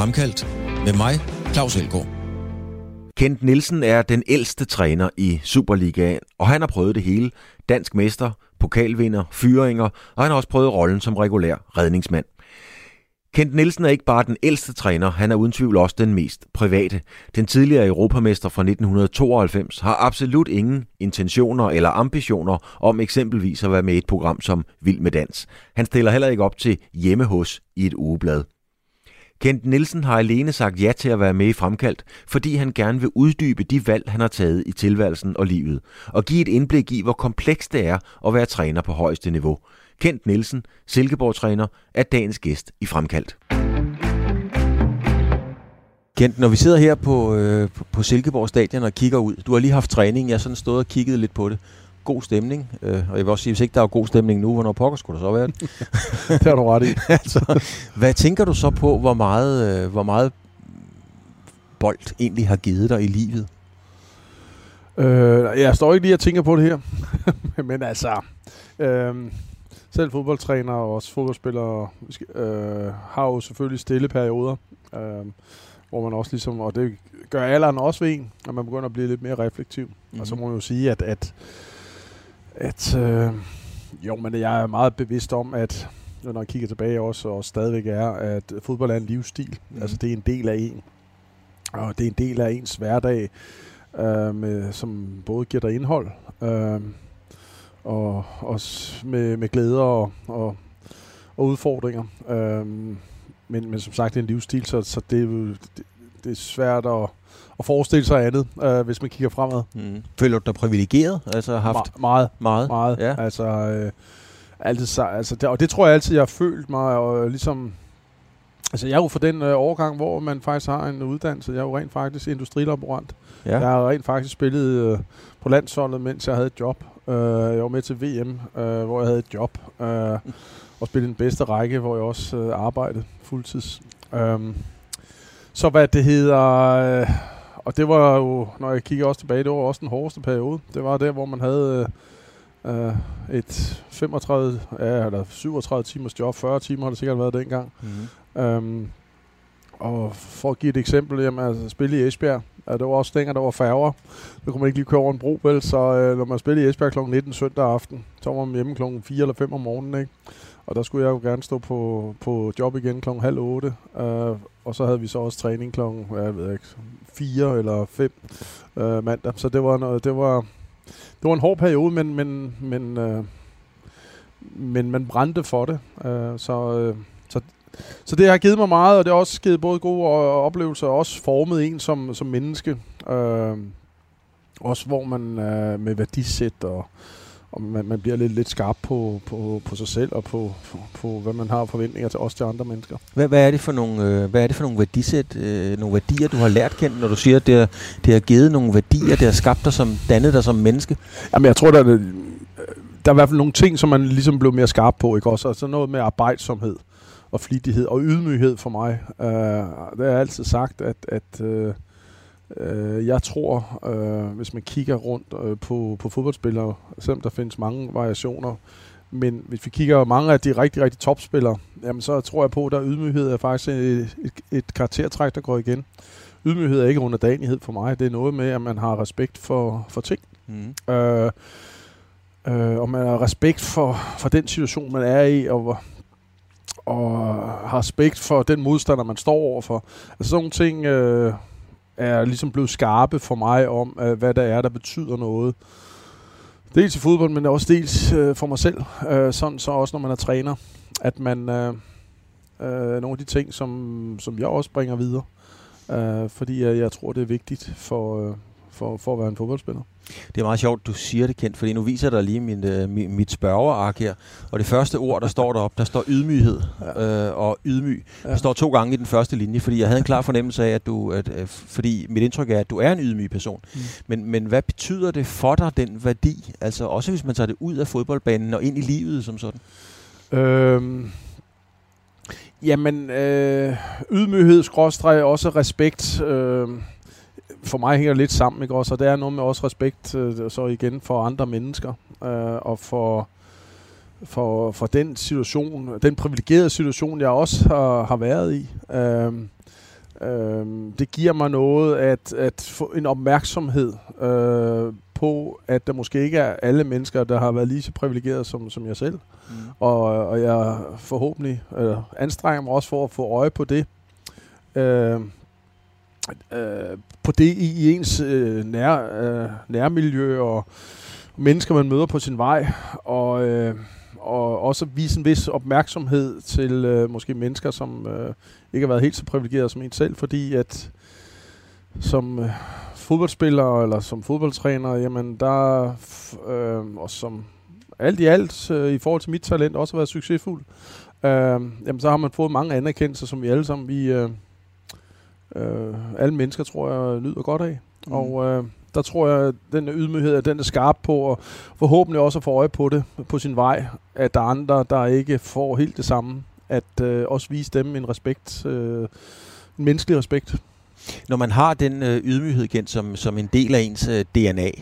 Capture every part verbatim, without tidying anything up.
Fremkaldt med mig, Claus Elgaard. Kent Nielsen er den ældste træner i Superligaen, og han har prøvet det hele. Dansk mester, pokalvinder, fyringer, og han har også prøvet rollen som regulær redningsmand. Kent Nielsen er ikke bare den ældste træner, han er uden tvivl også den mest private. Den tidligere europamester fra nitten tooghalvfems har absolut ingen intentioner eller ambitioner om eksempelvis at være med i et program som Vild med Dans. Han stiller heller ikke op til hjemme hos i et ugeblad. Kent Nielsen har alene sagt ja til at være med i Fremkaldt, fordi han gerne vil uddybe de valg, han har taget i tilværelsen og livet, og give et indblik i, hvor komplekst det er at være træner på højeste niveau. Kent Nielsen, Silkeborg-træner, er dagens gæst i Fremkaldt. Kent, når vi sidder her på, øh, på Silkeborg Stadion og kigger ud, du har lige haft træning, jeg har sådan stået og kigget lidt på det. God stemning, øh, og jeg vil også sige, hvis ikke der er god stemning nu, hvornår pokker skulle der så være det? Det har du ret i. Altså, hvad tænker du så på, hvor meget, øh, hvor meget bold egentlig har givet dig i livet? Øh, jeg står ikke lige og tænker på det her, men altså, øh, selv fodboldtræner og også fodboldspillere øh, har jo selvfølgelig stille perioder, øh, hvor man også ligesom, og det gør alderen også ved en, når man begynder at blive lidt mere reflektiv. Mm-hmm. Og så må man jo sige, at, at, at øh, jo, men jeg er meget bevidst om, at når jeg kigger tilbage også, og stadigvæk er, at fodbold er en livsstil. Mm-hmm. Altså det er en del af en, og det er en del af ens hverdag, øh, med, som både giver dig indhold, øh, og også med, med glæder og, og, og udfordringer. Øh, men, men som sagt, det er en livsstil, så, så det, er jo, det, det er svært at, at forestille sig andet, øh, hvis man kigger fremad. Mm. Føler du dig privilegeret? Altså haft Me- meget, meget, meget. Ja. Altså, øh, altid, altså det, og det tror jeg altid, jeg har følt mig, og ligesom, altså jeg er jo for den øh, overgang, hvor man faktisk har en uddannelse. Jeg er jo rent faktisk industrilaborant. Ja. Jeg har rent faktisk spillet øh, på landsholdet, mens jeg havde et job. Uh, jeg var med til V M, uh, hvor jeg havde et job, uh, og spillede den bedste række, hvor jeg også uh, arbejdede fuldtids. Um, så hvad det hedder, uh, og det var jo, når jeg kigger også tilbage, det var også den hårdeste periode. Det var der, hvor man havde uh, et femogtredive, ja, eller syvogtredive timers job, fyrre timer har det sikkert været dengang. Mm-hmm. Um, og for at give et eksempel, jamen, altså, spille i Esbjerg, ja, det var også dengang, der var færger. Så kunne man ikke lige køre over en bro, vel? Så øh, når man spillede i Esbjerg klokken nitten søndag aften, så var man hjemme klokken fire eller fem om morgenen, ikke? Og der skulle jeg jo gerne stå på, på job igen klokken halv otte. Øh, og så havde vi så også træning klokken, ja, jeg ved ikke, fire eller fem øh, mandag. Så det var, noget, det var, det var en hård periode, men, men, men, øh, men man brændte for det. Øh, så... Øh, så Så det har givet mig meget, og det har også givet både gode oplevelser, og også formet en som, som menneske. Øh, også hvor man øh, med værdisæt, og, og man, man bliver lidt, lidt skarp på, på, på sig selv, og på, på, på, hvad man har forventninger til også til andre mennesker. Hvad, hvad er det for nogle, øh, hvad er det for nogle værdisæt, øh, nogle værdier, du har lært kendt, når du siger, at det har, det har givet nogle værdier, det har skabt dig som, dannet dig som menneske? Jamen jeg tror, der er, der er i hvert fald nogle ting, som man ligesom blev mere skarp på, ikke også? Altså noget med arbejdsomhed og flittighed og ydmyghed for mig. Uh, det har jeg altid sagt, at, at uh, uh, jeg tror, uh, hvis man kigger rundt uh, på, på fodboldspillere, selvom der findes mange variationer, men hvis vi kigger mange af de rigtig, rigtig topspillere, jamen så tror jeg på, at der ydmyghed er faktisk et, et, et karaktertræk, der går igen. Ydmyghed er ikke underdanighed for mig. Det er noget med, at man har respekt for, for ting. Mm. Uh, uh, og man har respekt for, for den situation, man er i, og og har respekt for den modstander, man står overfor. Altså sådan nogle ting øh, er ligesom blevet skarpe for mig om, øh, hvad der er, der betyder noget. Dels i fodbold, men også dels øh, for mig selv. Øh, sådan så også, når man er træner, at man øh, øh, nogle af de ting, som, som jeg også bringer videre. Øh, fordi øh, jeg tror, det er vigtigt for, øh, for, for at være en fodboldspiller. Det er meget sjovt, du siger det, Kent, fordi nu viser der lige min, uh, mit spørgerark her, og det første ord, der står deroppe, der står ydmyghed ja. øh, og ydmyg. Ja. Der står to gange i den første linje, fordi jeg havde en klar fornemmelse af, at du, at, uh, fordi mit indtryk er, at du er en ydmyg person. Mm. Men, men hvad betyder det for dig, den værdi? Altså også hvis man tager det ud af fodboldbanen og ind i livet som sådan? Øhm, jamen, øh, ydmyghed, skråstreg, også respekt. Øh, For mig hænger det lidt sammen, ikke også? Og det er noget med også respekt, øh, så igen, for andre mennesker, øh, og for, for, for den situation, den privilegerede situation, jeg også har, har været i. Øh, øh, det giver mig noget at, at få en opmærksomhed øh, på, at der måske ikke er alle mennesker, der har været lige så privilegerede som, som jeg selv. Mm. Og, og jeg forhåbentlig øh, anstrenger mig også for at få øje på det. Øh, øh, på det i, i ens øh, nær, øh, nærmiljø og mennesker, man møder på sin vej. Og, øh, og også vise en vis opmærksomhed til øh, måske mennesker, som øh, ikke har været helt så privilegerede som en selv, fordi at som øh, fodboldspiller eller som fodboldtræner, jamen der øh, og som alt i alt øh, i forhold til mit talent også har været succesfuld, øh, jamen så har man fået mange anerkendelser, som vi alle sammen vi øh, øh, alle mennesker tror jeg nyder godt af. Mm. Og øh, der tror jeg, at den ydmyghed, den er skarp på, og forhåbentlig også at få øje på det på sin vej, at der er andre, der ikke får helt det samme, at øh, også vise dem en respekt, øh, en menneskelig respekt. Når man har den øh, ydmyghed igen som, som en del af ens øh, D N A,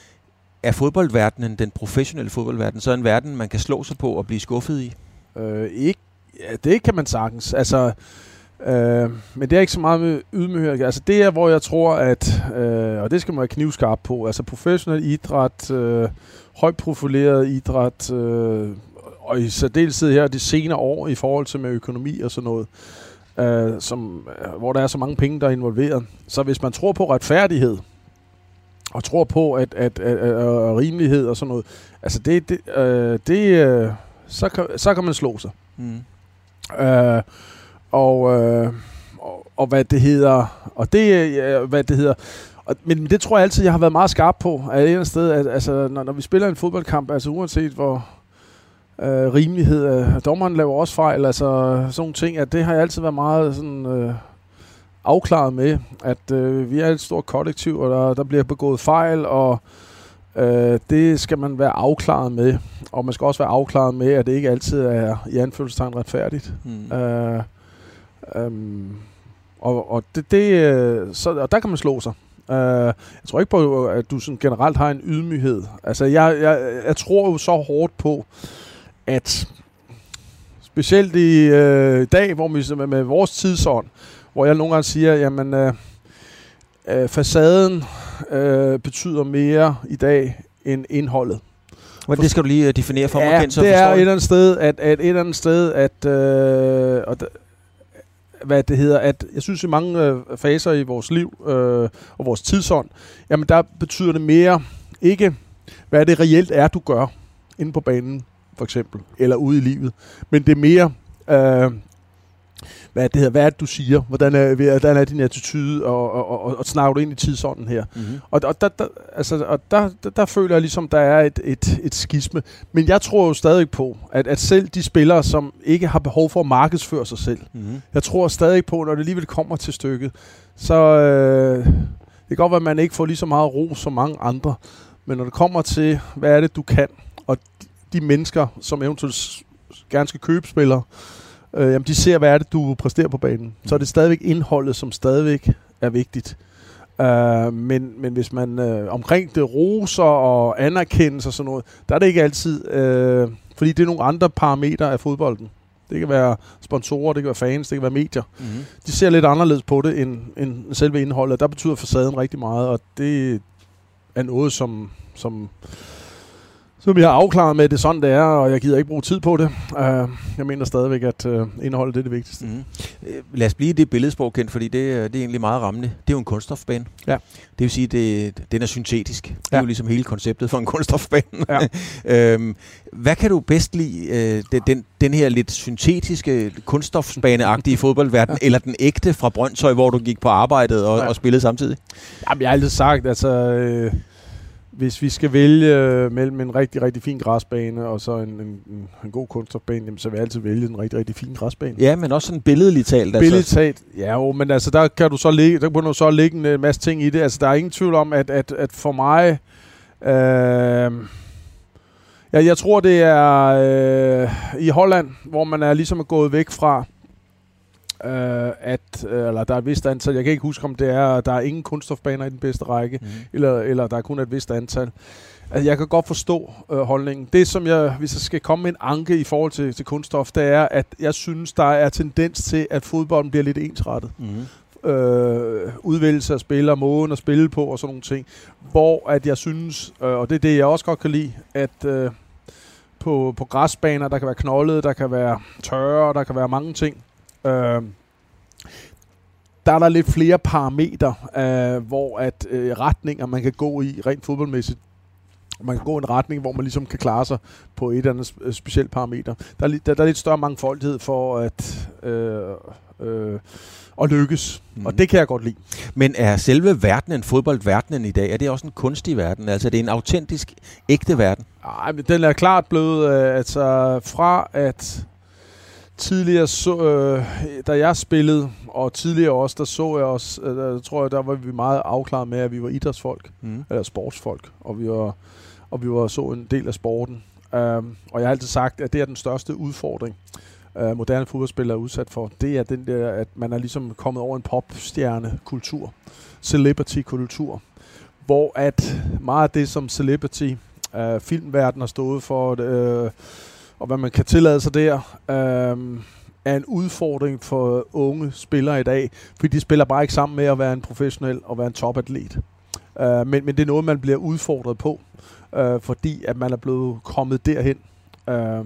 er fodboldverdenen, den professionelle fodboldverden, så en verden, man kan slå sig på og blive skuffet i? Øh, ikke, ja, det kan man sagtens. Altså, øh, men det er ikke så meget med ydmyghed. Altså, det er, hvor jeg tror, at, øh, og det skal man være knivskarp på, altså professionel idræt, øh, højt profileret idræt, øh, og i særdeleshed her de senere år i forhold til med økonomi og sådan noget, øh, som, hvor der er så mange penge, der er involveret. Så hvis man tror på retfærdighed, og tror på, at, at, at, at, at rimelighed og sådan noget, altså det, det, øh, det øh, så, kan, så kan man slå sig. Mm. Øh, og, øh, og, og hvad det hedder, og det, øh, hvad det hedder, og, men det tror jeg altid, jeg har været meget skarp på, at et eller andet sted, at, altså, når, når vi spiller en fodboldkamp, altså uanset hvor øh, rimelighed, øh, dommeren laver også fejl, altså sådan nogle ting, at det har jeg altid været meget sådan... Øh, afklaret med, at øh, vi er et stort kollektiv, og der, der bliver begået fejl, og øh, det skal man være afklaret med. Og man skal også være afklaret med, at det ikke altid er i anførselstegn retfærdigt. Mm. Øh, øh, og, og, det, det, så, og der kan man slå sig. Uh, jeg tror ikke på, at du sådan generelt har en ydmyghed. Altså, jeg, jeg, jeg tror jo så hårdt på, at specielt i øh, dag, hvor vi med, med vores tidsånd, hvor jeg nogle gange siger, jamen øh, øh, facaden øh, betyder mere i dag end indholdet. Men det skal du lige definere for ja, mig, så det er et eller andet sted, at, at et eller andet sted, at øh, og d- hvad det hedder, at jeg synes i mange øh, faser i vores liv øh, og vores tidsånd, jamen der betyder det mere ikke, hvad det reelt er, du gør inde på banen, for eksempel, eller ude i livet, men det er mere øh, hvad det hedder, hvad er det, du siger? Hvordan er, hvordan er din attitude, og, og, og, og snakker du ind i tidsånden her? Mm-hmm. Og, og, der, der, altså, og der, der, der føler jeg ligesom, der er et, et, et skisme. Men jeg tror jo stadig på, at, at selv de spillere, som ikke har behov for at markedsføre sig selv, mm-hmm. jeg tror stadig på, når det alligevel kommer til stykket, så øh, det kan godt være, at man ikke får lige så meget ro som mange andre, men når det kommer til, hvad er det, du kan, og de mennesker, som eventuelt gerne skal købe spillere, Øh, jamen, de ser, hvad er det, du præsterer på banen. Mm. Så er det stadigvæk indholdet, som stadigvæk er vigtigt. Uh, men, men hvis man uh, omkring det roser og anerkendes og sådan noget, der er det ikke altid, uh, fordi det er nogle andre parametre af fodbolden. Det kan være sponsorer, det kan være fans, det kan være medier. Mm-hmm. De ser lidt anderledes på det end, end selve indholdet. Der betyder facaden rigtig meget, og det er noget, som... som Så vi har afklaret med, at det er sådan, det er, og jeg gider ikke bruge tid på det. Uh, jeg mener stadigvæk, at uh, indholdet det er det vigtigste. Mm. Uh, lad os blive i det billedsprog, Kent, fordi det, det er egentlig meget rammende. Det er jo en kunststofbane. Ja. Det vil sige, at det, den er syntetisk. Det er ja. jo ligesom hele konceptet for en kunststofbane. Ja. uh, hvad kan du bedst lide? Uh, den, den, den her lidt syntetiske, kunststofbaneagtige fodboldverden, ja. eller den ægte fra Brøndshøj, hvor du gik på arbejdet og, ja. og spillede samtidig? Jamen, jeg har altid sagt, altså... Øh Hvis vi skal vælge øh, mellem en rigtig, rigtig fin græsbane og så en, en, en god kunststofbane, jamen, så vil jeg altid vælge en rigtig, rigtig fin græsbane. Ja, men også sådan billedligt talt. Billedligt talt, ja jo, men altså der kan du så ligge, der kan du så lægge en masse ting i det. Altså der er ingen tvivl om, at, at, at for mig, øh, ja, jeg tror det er øh, i Holland, hvor man er ligesom er gået væk fra, Uh, at, uh, eller der er et vist antal, jeg kan ikke huske om det er, der er ingen kunststofbaner i den bedste række, mm. eller, eller der er kun et vist antal. Altså, jeg kan godt forstå uh, holdningen. Det som jeg, hvis jeg skal komme med en anke i forhold til, til kunststof, det er, at jeg synes, der er tendens til, at fodbolden bliver lidt ensrettet. Mm. øh, udvælgelse af spillere, måden at spille på og sådan nogle ting, hvor at jeg synes, øh, og det er det, jeg også godt kan lide, at øh, på, på græsbaner, der kan være knoldede, der kan være tørre, der kan være mange ting. Øh, der er der lidt flere parametre, øh, hvor at øh, retninger, man kan gå i rent fodboldmæssigt. Man kan gå en retning, hvor man ligesom kan klare sig på et eller andet sp- specielt parameter. Der er, der, der er lidt større mangfoldighed for at, øh, øh, at lykkes, mm. og det kan jeg godt lide. Men er selve verdenen, fodboldverdenen i dag, er det også en kunstig verden? Altså er det en autentisk, ægte verden? Nej, men den er klart blevet, øh, altså fra at tidligere, så, øh, da jeg spillede, og tidligere også, der så jeg også, øh, der tror jeg, der var vi meget afklaret med, at vi var idrætsfolk, mm. eller sportsfolk, og vi var, og vi var så en del af sporten. Um, og jeg har altid sagt, at det er den største udfordring, uh, moderne fodboldspillere er udsat for. Det er den der, at man er ligesom kommet over en popstjernekultur, celebrity-kultur, hvor at meget af det, som celebrity, uh, filmverdenen har stået for, uh, og hvad man kan tillade sig der, uh, er en udfordring for unge spillere i dag, fordi de spiller bare ikke sammen med at være en professionel og være en topatlet. Uh, men, men det er noget, man bliver udfordret på, uh, fordi at man er blevet kommet derhen, uh,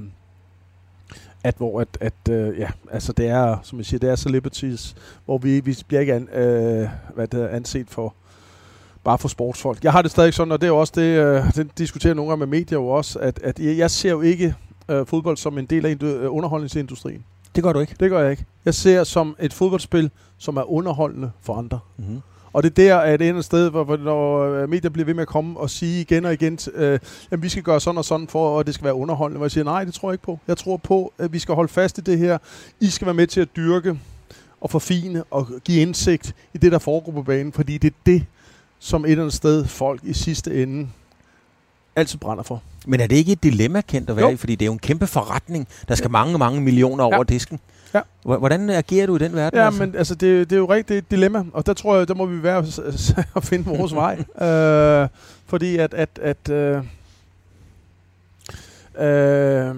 at hvor at, at uh, ja, altså det er, som jeg siger, det er celebrities, hvor vi, vi bliver ikke an, uh, hvad det er, anset for bare for sportsfolk. Jeg har det stadig sådan, og det er jo også det, uh, det diskuterer nogle gange med medier jo også, at, at jeg ser jo ikke uh, fodbold som en del af indu- underholdningsindustrien. Det gør du ikke? Det gør jeg ikke. Jeg ser som et fodboldspil, som er underholdende for andre. Mm-hmm. Og det er der, at det ender sted, hvor, hvor når medier bliver ved med at komme og sige igen og igen, øh, at vi skal gøre sådan og sådan for, at det skal være underholdende. Hvor jeg siger, nej, det tror jeg ikke på. Jeg tror på, at vi skal holde fast i det her. I skal være med til at dyrke og forfine og give indsigt i det, der foregår på banen. Fordi det er det, som et eller andet sted folk i sidste ende altid brænder for. Men er det ikke et dilemma, kendt at være jo. i? Fordi det er jo en kæmpe forretning. Der skal ja. mange, mange millioner over ja. disken. Ja. Hvordan agerer du i den verden? Ja, altså? men altså, det, det er jo rigtigt et dilemma, og der tror jeg, der må vi være at finde vores vej. Øh, fordi at... at, at øh, øh,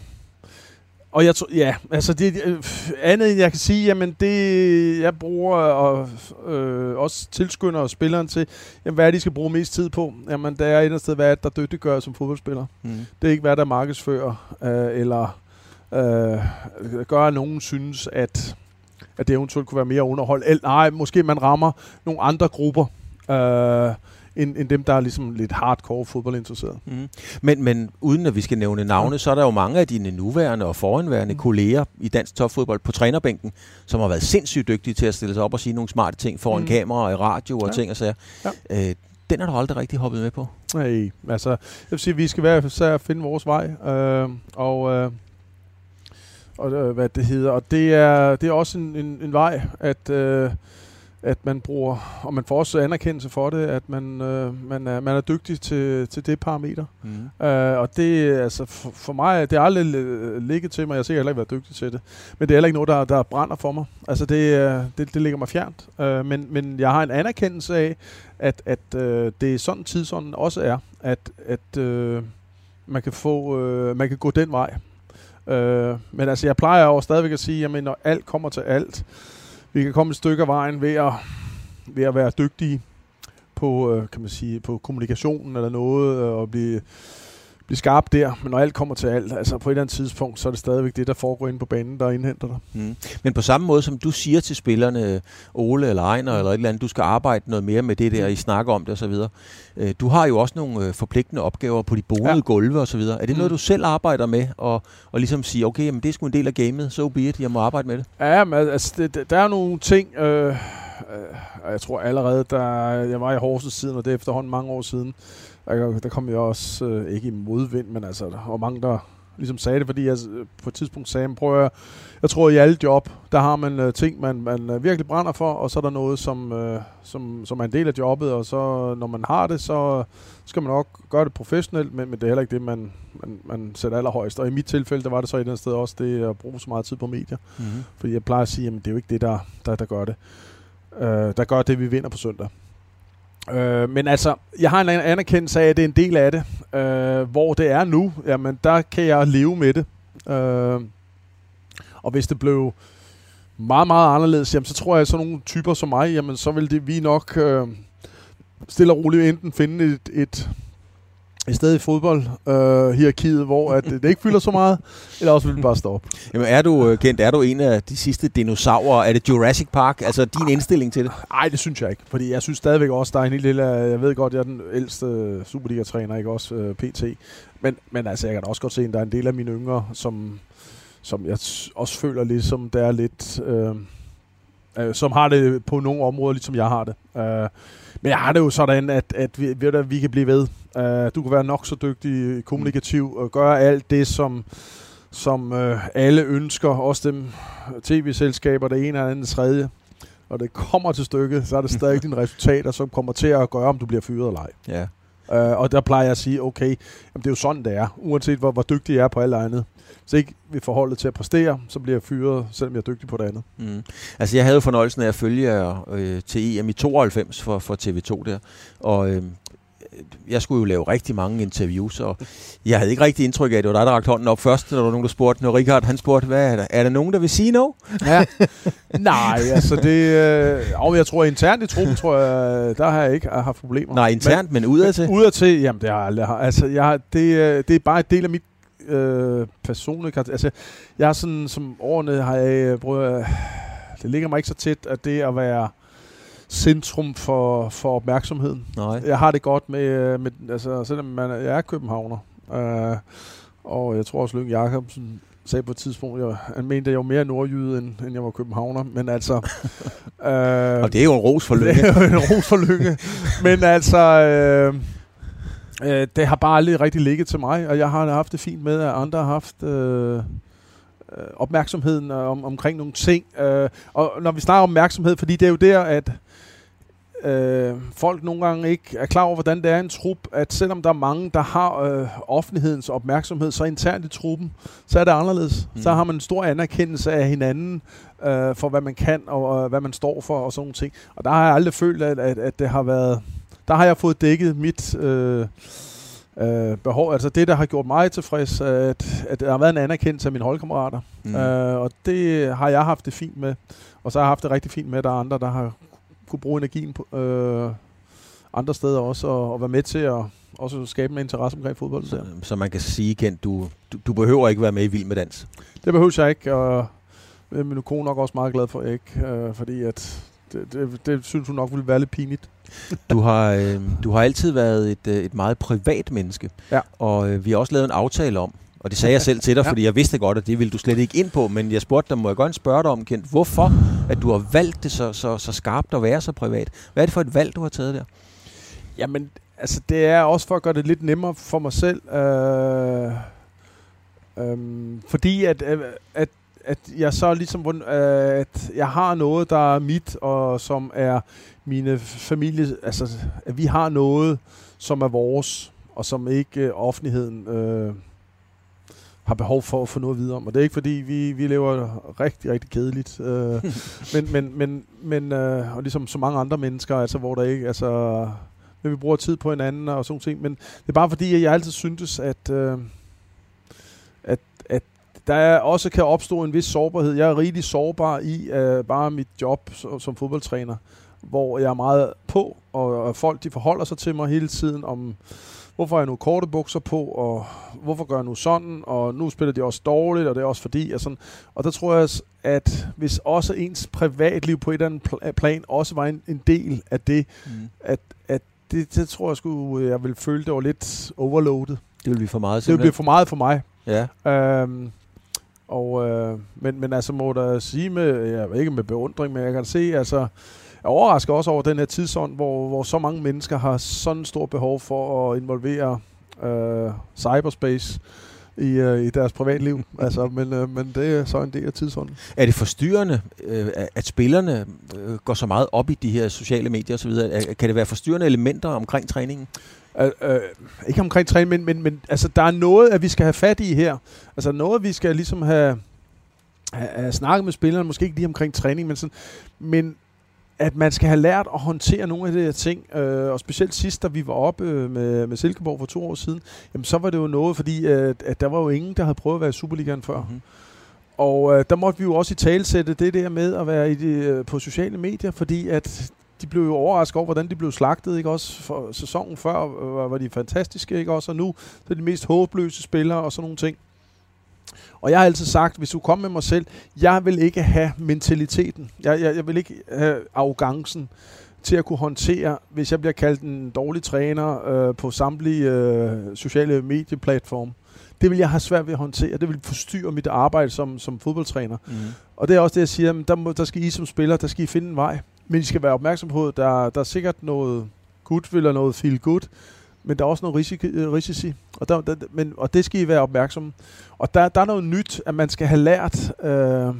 og jeg tror, ja, altså det øh, andet end jeg kan sige, jamen det jeg bruger og øh, også tilskynder spilleren til, jamen hvad er det, de skal bruge mest tid på? Jamen der er et eller andet sted, hvad er det, der dygtiggør som fodboldspiller. Mm. Det er ikke hvad der markedsfører, øh, eller øh, gør at nogen synes, at, at det eventuelt kunne være mere underhold. Eller, nej, måske man rammer nogle andre grupper, øh, End, end dem, der er ligesom lidt hardcore fodboldinteresseret. Mm. Men, men uden at vi skal nævne navne, ja. så er der jo mange af dine nuværende og foranværende mm. kolleger i dansk topfodbold på trænerbænken, som har været sindssygt dygtige til at stille sig op og sige nogle smarte ting foran mm. kamera og i radio og ja. ting og sager. Ja. Øh, den har du aldrig rigtig hoppet med på? Nej, altså jeg vil sige, at vi skal være så at finde vores vej. Øh, og øh, og øh, hvad det hedder. Og det er, det er også en, en, en vej, at... Øh, at man bruger, og man får også anerkendelse for det, at man, øh, man, er, man er dygtig til, til det parameter. Mm. Øh, og det, altså, for, for mig, det er aldrig ligget til mig, jeg ser heller ikke være dygtig til det, men det er heller ikke noget, der, der brænder for mig. Altså, det, det, det ligger mig fjernt. Øh, men, men jeg har en anerkendelse af, at, at øh, det er sådan tidsånden også er, at, at øh, man, kan få, øh, man kan gå den vej. Øh, men altså, jeg plejer jo stadigvæk at sige, at når alt kommer til alt, vi kan komme et stykke af vejen ved at, ved at være dygtige på, kan man sige, på kommunikationen eller noget, og blive, blive skarp der. Men når alt kommer til alt, altså på et eller andet tidspunkt, så er det stadigvæk det, der foregår inde på banen, der indhenter dig. Mm. Men på samme måde, som du siger til spillerne, Ole eller Ejner eller et eller andet, du skal arbejde noget mere med det der, I snakker om det osv. Du har jo også nogle forpligtende opgaver på de bonede ja. gulve og så videre. Er det noget, du selv arbejder med, og, og ligesom sige, okay, jamen, det er sgu en del af gamet, so be it, jeg må arbejde med det? Ja, men altså, det, det, der er nogle ting, øh, øh, jeg tror allerede, der, jeg var i Horsens siden, og det er efterhånden mange år siden, der, der kom jeg også, øh, ikke i modvind, men altså, der var mange, der ligesom sagde det, fordi jeg på et tidspunkt sagde, prøv at, jeg tror i alle job, der har man uh, ting, man, man uh, virkelig brænder for, og så er der noget, som, uh, som, som er en del af jobbet, og så når man har det, så skal man nok gøre det professionelt, men, men det er heller ikke det, man, man, man sætter allerhøjst. Og i mit tilfælde, der var det så et eller andet sted også det at bruge så meget tid på medier. Mm-hmm. Fordi jeg plejer at sige, at det er jo ikke det, der, der, der gør det. Uh, der gør det, vi vinder på søndag. Uh, men altså, jeg har en anerkendelse af, at det er en del af det. Uh, hvor det er nu, jamen der kan jeg leve med det. Uh, og hvis det blev meget, meget anderledes, jamen så tror jeg, at sådan nogle typer som mig, jamen så vil det vi nok øh, stille og roligt enten finde et, et, et sted i fodboldhierarkiet, øh, hvor at det ikke fylder så meget, eller også vil det bare stoppe. Jamen er du, Kent, er du en af de sidste dinosaurer? Er det Jurassic Park? Altså din indstilling til det? Nej, det synes jeg ikke, fordi jeg synes stadigvæk også, der er en helt lille, jeg ved godt, jeg er den ældste Superliga-træner, ikke også øh, P T, men, men altså jeg kan da også godt se, at der er en del af mine yngre, som som jeg t- også føler ligesom, der er lidt, øh, øh, som har det på nogle områder, ligesom jeg har det. Øh, men jeg har det jo sådan, at, at vi, ved du, vi kan blive ved. Øh, du kan være nok så dygtig, kommunikativ, og gøre alt det, som, som øh, alle ønsker, også dem tv-selskaber, det ene eller andet tredje. Og det kommer til stykket, så er det stadig dine resultater, som kommer til at gøre, om du bliver fyret eller ej. Ja. Øh, og der plejer jeg at sige, okay, jamen, det er jo sådan, det er, uanset hvor, hvor dygtig jeg er på alt andet. Så ikke vi får holdet til at præstere, så bliver jeg fyret, selvom jeg er dygtig på det andet. Mm. Altså jeg havde jo fornøjelsen af at følge jer øh, til E M i tooghalvfems for, for T V to der, og øh, jeg skulle jo lave rigtig mange interviews, og jeg havde ikke rigtig indtryk af, at det var dig, der rakte hånden op først, når der var nogen, der spurgte, når Richard, han spurgte, hvad er der? Er der nogen, der vil sige noget? Ja. Nej, altså det, øh, og jeg tror internt i truppen, tror jeg, der har jeg ikke haft problemer. Nej, internt, men, men udadtil? Udadtil, jamen det har jeg aldrig. Altså jeg har, det, det er bare et del af mit Øh, personligt. Altså, jeg har sådan, som årene har jeg prøvet, det ligger mig ikke så tæt, at det at være centrum for, for opmærksomheden. Nej. Jeg har det godt med, med altså, selvom man, jeg er københavner, øh, og jeg tror også, Lyng Jacobsen sagde på et tidspunkt, jeg, han mente, at jeg var mere nordjyde, end, end jeg var københavner, men altså... øh, og det er jo en ros for Lynge. Det er jo en ros for Lynge. Men altså... Øh, Øh, det har bare aldrig rigtig ligget til mig, og jeg har haft det fint med, at andre har haft øh, opmærksomheden om, omkring nogle ting. Øh, og når vi snakker om opmærksomhed, fordi det er jo der, at øh, folk nogle gange ikke er klar over, hvordan det er en trup, at selvom der er mange, der har øh, offentlighedens opmærksomhed, så internt i truppen, så er det anderledes. Mm. Så har man en stor anerkendelse af hinanden, øh, for hvad man kan, og øh, hvad man står for, og sådan nogle ting. Og der har jeg aldrig følt, at, at, at det har været... Der har jeg fået dækket mit øh, øh, behov. Altså det, der har gjort mig tilfreds, at, at der har været en anerkendelse af mine holdkammerater. Mm. Øh, og det har jeg haft det fint med. Og så har jeg haft det rigtig fint med, at der er andre, der har kunne bruge energien på øh, andre steder også, og, og være med til at også skabe en interesse omkring fodbold. Så, så man kan sige, Kent, du, du, du behøver ikke være med i Vild med Dans? Det behøver jeg ikke, og min kone nok også meget glad for, at jeg ikke, øh, fordi at det, det, det synes hun nok ville være lidt pinligt. Du har, øh, du har altid været et, øh, et meget privat menneske, ja. Og øh, vi har også lavet en aftale om, og det sagde jeg selv til dig, ja. Fordi jeg vidste godt, at det ville du slet ikke ind på, men jeg spurgte dig, må jeg godt spørge dig om, Kent, hvorfor at du har valgt det så, så, så skarpt at være så privat? Hvad er det for et valg, du har taget der? Jamen, altså det er også for at gøre det lidt nemmere for mig selv, øh, øh, fordi at, at at jeg så ligesom, at jeg har noget, der er mit, og som er mine familie, altså, at vi har noget, som er vores, og som ikke øh, offentligheden øh, har behov for at få noget videre om. Og det er ikke, fordi vi, vi lever rigtig, rigtig kedeligt, øh, men, men, men, men øh, og ligesom så mange andre mennesker, altså, hvor der ikke, altså, men vi bruger tid på hinanden og sådan ting, men det er bare fordi, at jeg altid syntes, at, øh, at, at der også kan opstå en vis sårbarhed. Jeg er rigtig sårbar i uh, bare mit job som, som fodboldtræner, hvor jeg er meget på, og, og folk de forholder sig til mig hele tiden om, hvorfor har jeg nu korte bukser på, og hvorfor gør jeg nu sådan, og nu spiller de også dårligt, og det er også fordi, og sådan. Og der tror jeg, at hvis også ens privatliv på et eller andet plan også var en, en del af det, mm. at, at det, det tror jeg skulle, jeg ville føle, det var lidt overloadet. Det ville blive for meget, simpelthen. Det ville blive for meget for mig. Ja. Um, Og, øh, men, men altså må der sige med, ja, ikke med beundring, men jeg kan se, altså, jeg overrasker også over den her tidsånd, hvor, hvor så mange mennesker har sådan stor behov for at involvere øh, cyberspace i, øh, i deres privatliv. altså, men, øh, men det er så en del af tidsånden. Er det forstyrrende, øh, at spillerne øh, går så meget op i de her sociale medier osv.? Kan det være forstyrrende elementer omkring træningen? Uh, uh, ikke omkring træning, men, men, men altså, der er noget, at vi skal have fat i her. Altså noget, vi skal ligesom have, have, have snakket med spillerne, måske ikke lige omkring træning, men, sådan, men at man skal have lært at håndtere nogle af de her ting. Uh, og specielt sidst, da vi var oppe uh, med, med Silkeborg for to år siden, jamen, så var det jo noget, fordi uh, at der var jo ingen, der havde prøvet at være i Superligaen før. Mm-hmm. og øh, der måtte vi jo også i talsætte det der med at være i de, øh, på sociale medier, fordi at de blev jo overrasket over, hvordan de blev slagtet, ikke også? For sæsonen før var, var de fantastiske, ikke også? Og nu er de mest håbløse spillere og sådan nogle ting. Og jeg har altid sagt, hvis du kommer med mig selv, jeg vil ikke have mentaliteten. Jeg, jeg, jeg vil ikke have arrogancen til at kunne håndtere, hvis jeg bliver kaldt en dårlig træner øh, på samtlige øh, sociale medieplatforme. Det vil jeg have svært ved at håndtere. Det vil forstyrre mit arbejde som, som fodboldtræner. Mm. Og det er også det, jeg siger, der, må, der skal I som spiller, der skal I finde en vej. Men I skal være opmærksom på, at der, der er sikkert noget good eller noget feel good, men der er også noget risici. risici og, der, der, men, og det skal I være opmærksom. Og der, der er noget nyt, at man skal have lært øh,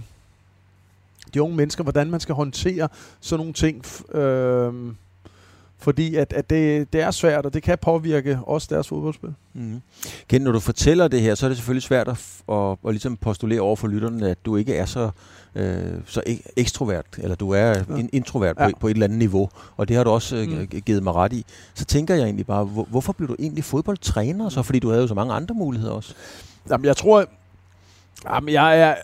de unge mennesker, hvordan man skal håndtere sådan nogle ting. Øh, fordi at, at det, det er svært, og det kan påvirke også deres fodboldspil. Mm. Ken, når du fortæller det her, så er det selvfølgelig svært at, at, at, at ligesom postulere over for lytterne, at du ikke er så, øh, så ek- ekstrovert, eller du er ja. en introvert ja. på, på et eller andet niveau, og det har du også øh, mm. givet mig ret i. Så tænker jeg egentlig bare, hvor, hvorfor blev du egentlig fodboldtræner så? Fordi du havde jo så mange andre muligheder også. Jamen, jeg tror, jamen, jeg er,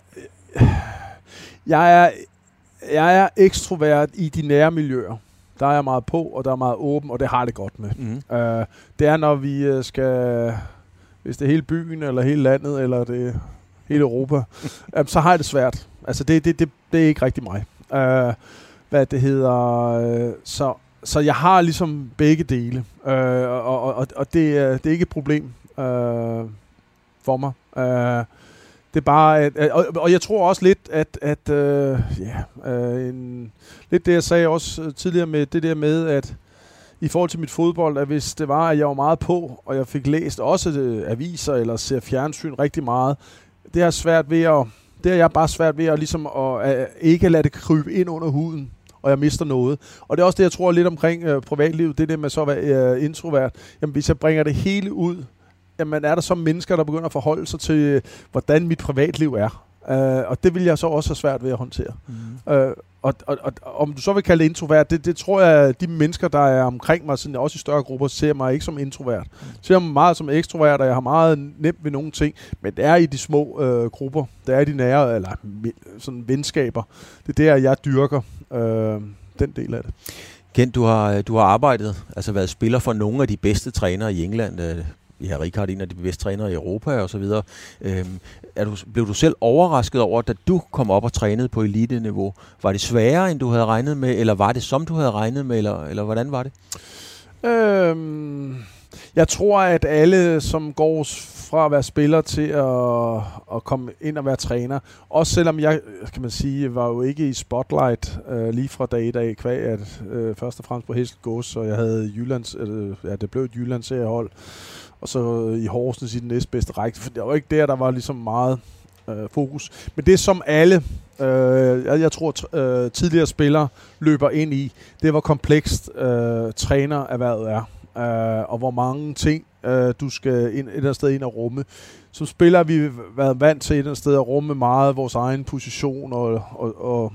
jeg er, jeg er ekstrovert i de nære miljøer. Der er jeg meget på, og der er meget åben, og det har det godt med. Mm. Øh, det er, når vi uh, skal, hvis det er hele byen, eller hele landet, eller det hele Europa, øh, så har jeg det svært. Altså, det, det, det, det er ikke rigtig mig. Øh, hvad det hedder. Øh, så, så jeg har ligesom begge dele, øh, og, og, og det, det er ikke et problem øh, for mig. Øh, Det er bare, at, og, og jeg tror også lidt, at, at øh, ja, øh, en, lidt det jeg sagde også tidligere med det der med, at i forhold til mit fodbold, at hvis det var, at jeg var meget på, og jeg fik læst også øh, aviser eller ser fjernsyn rigtig meget, det er svært ved at, det er jeg bare svært ved at ligesom at, at ikke lade det krybe ind under huden, og jeg mister noget. Og det er også det, jeg tror lidt omkring øh, privatlivet, det der med så at være øh, introvert. Jamen hvis jeg bringer det hele ud, jamen er der så mennesker, der begynder at forholde sig til, hvordan mit privatliv er. Uh, og det vil jeg så også have svært ved at håndtere. Mm. Uh, og, og, og om du så vil kalde det introvert, det, det tror jeg, at de mennesker, der er omkring mig, sådan, også i større grupper, ser mig ikke som introvert. Mm. Ser mig meget som ekstrovert, og jeg har meget nemt ved nogle ting, men det er i de små uh, grupper. Det er i de nære, eller sådan venskaber. Det er der, jeg dyrker uh, den del af det. Ken, du har, du har arbejdet, altså været spiller for nogle af de bedste trænere i England. Ja, Rijkaard, en af de bedste trænere i Europa og så videre. Øhm, er du, blev du selv overrasket over, da du kom op og trænede på elite-niveau? Var det sværere, end du havde regnet med, eller var det, som du havde regnet med, eller, eller hvordan var det? Øhm, jeg tror, at alle, som går fra at være spiller til at, at komme ind og være træner, også selvom jeg, kan man sige, var jo ikke i spotlight øh, lige fra dag i dag, kvæg at øh, først og fremmest på Hesselgås, så jeg havde Jyllands, øh, ja, det blev et Jyllands-seriehold, og så i Horsens i den næstbedste række. For det var ikke der, der var ligesom meget øh, fokus. Men det som alle, øh, jeg, jeg tror t- øh, tidligere spillere løber ind i, det var komplekst øh, trænererhvervet er. Øh, og hvor mange ting øh, du skal ind, et eller andet sted ind og rumme. Som spiller har vi været vant til et eller andet sted at rumme meget vores egen position og, og, og,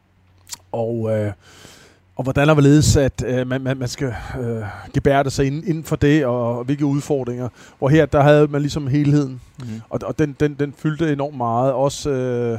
og øh, Og hvordan er det ledes, at øh, man, man, man skal øh, gebærde sig inden, inden for det, og, og hvilke udfordringer. Hvor her, der havde man ligesom helheden. Mm-hmm. Og, og den, den, den fyldte enormt meget. Også, øh,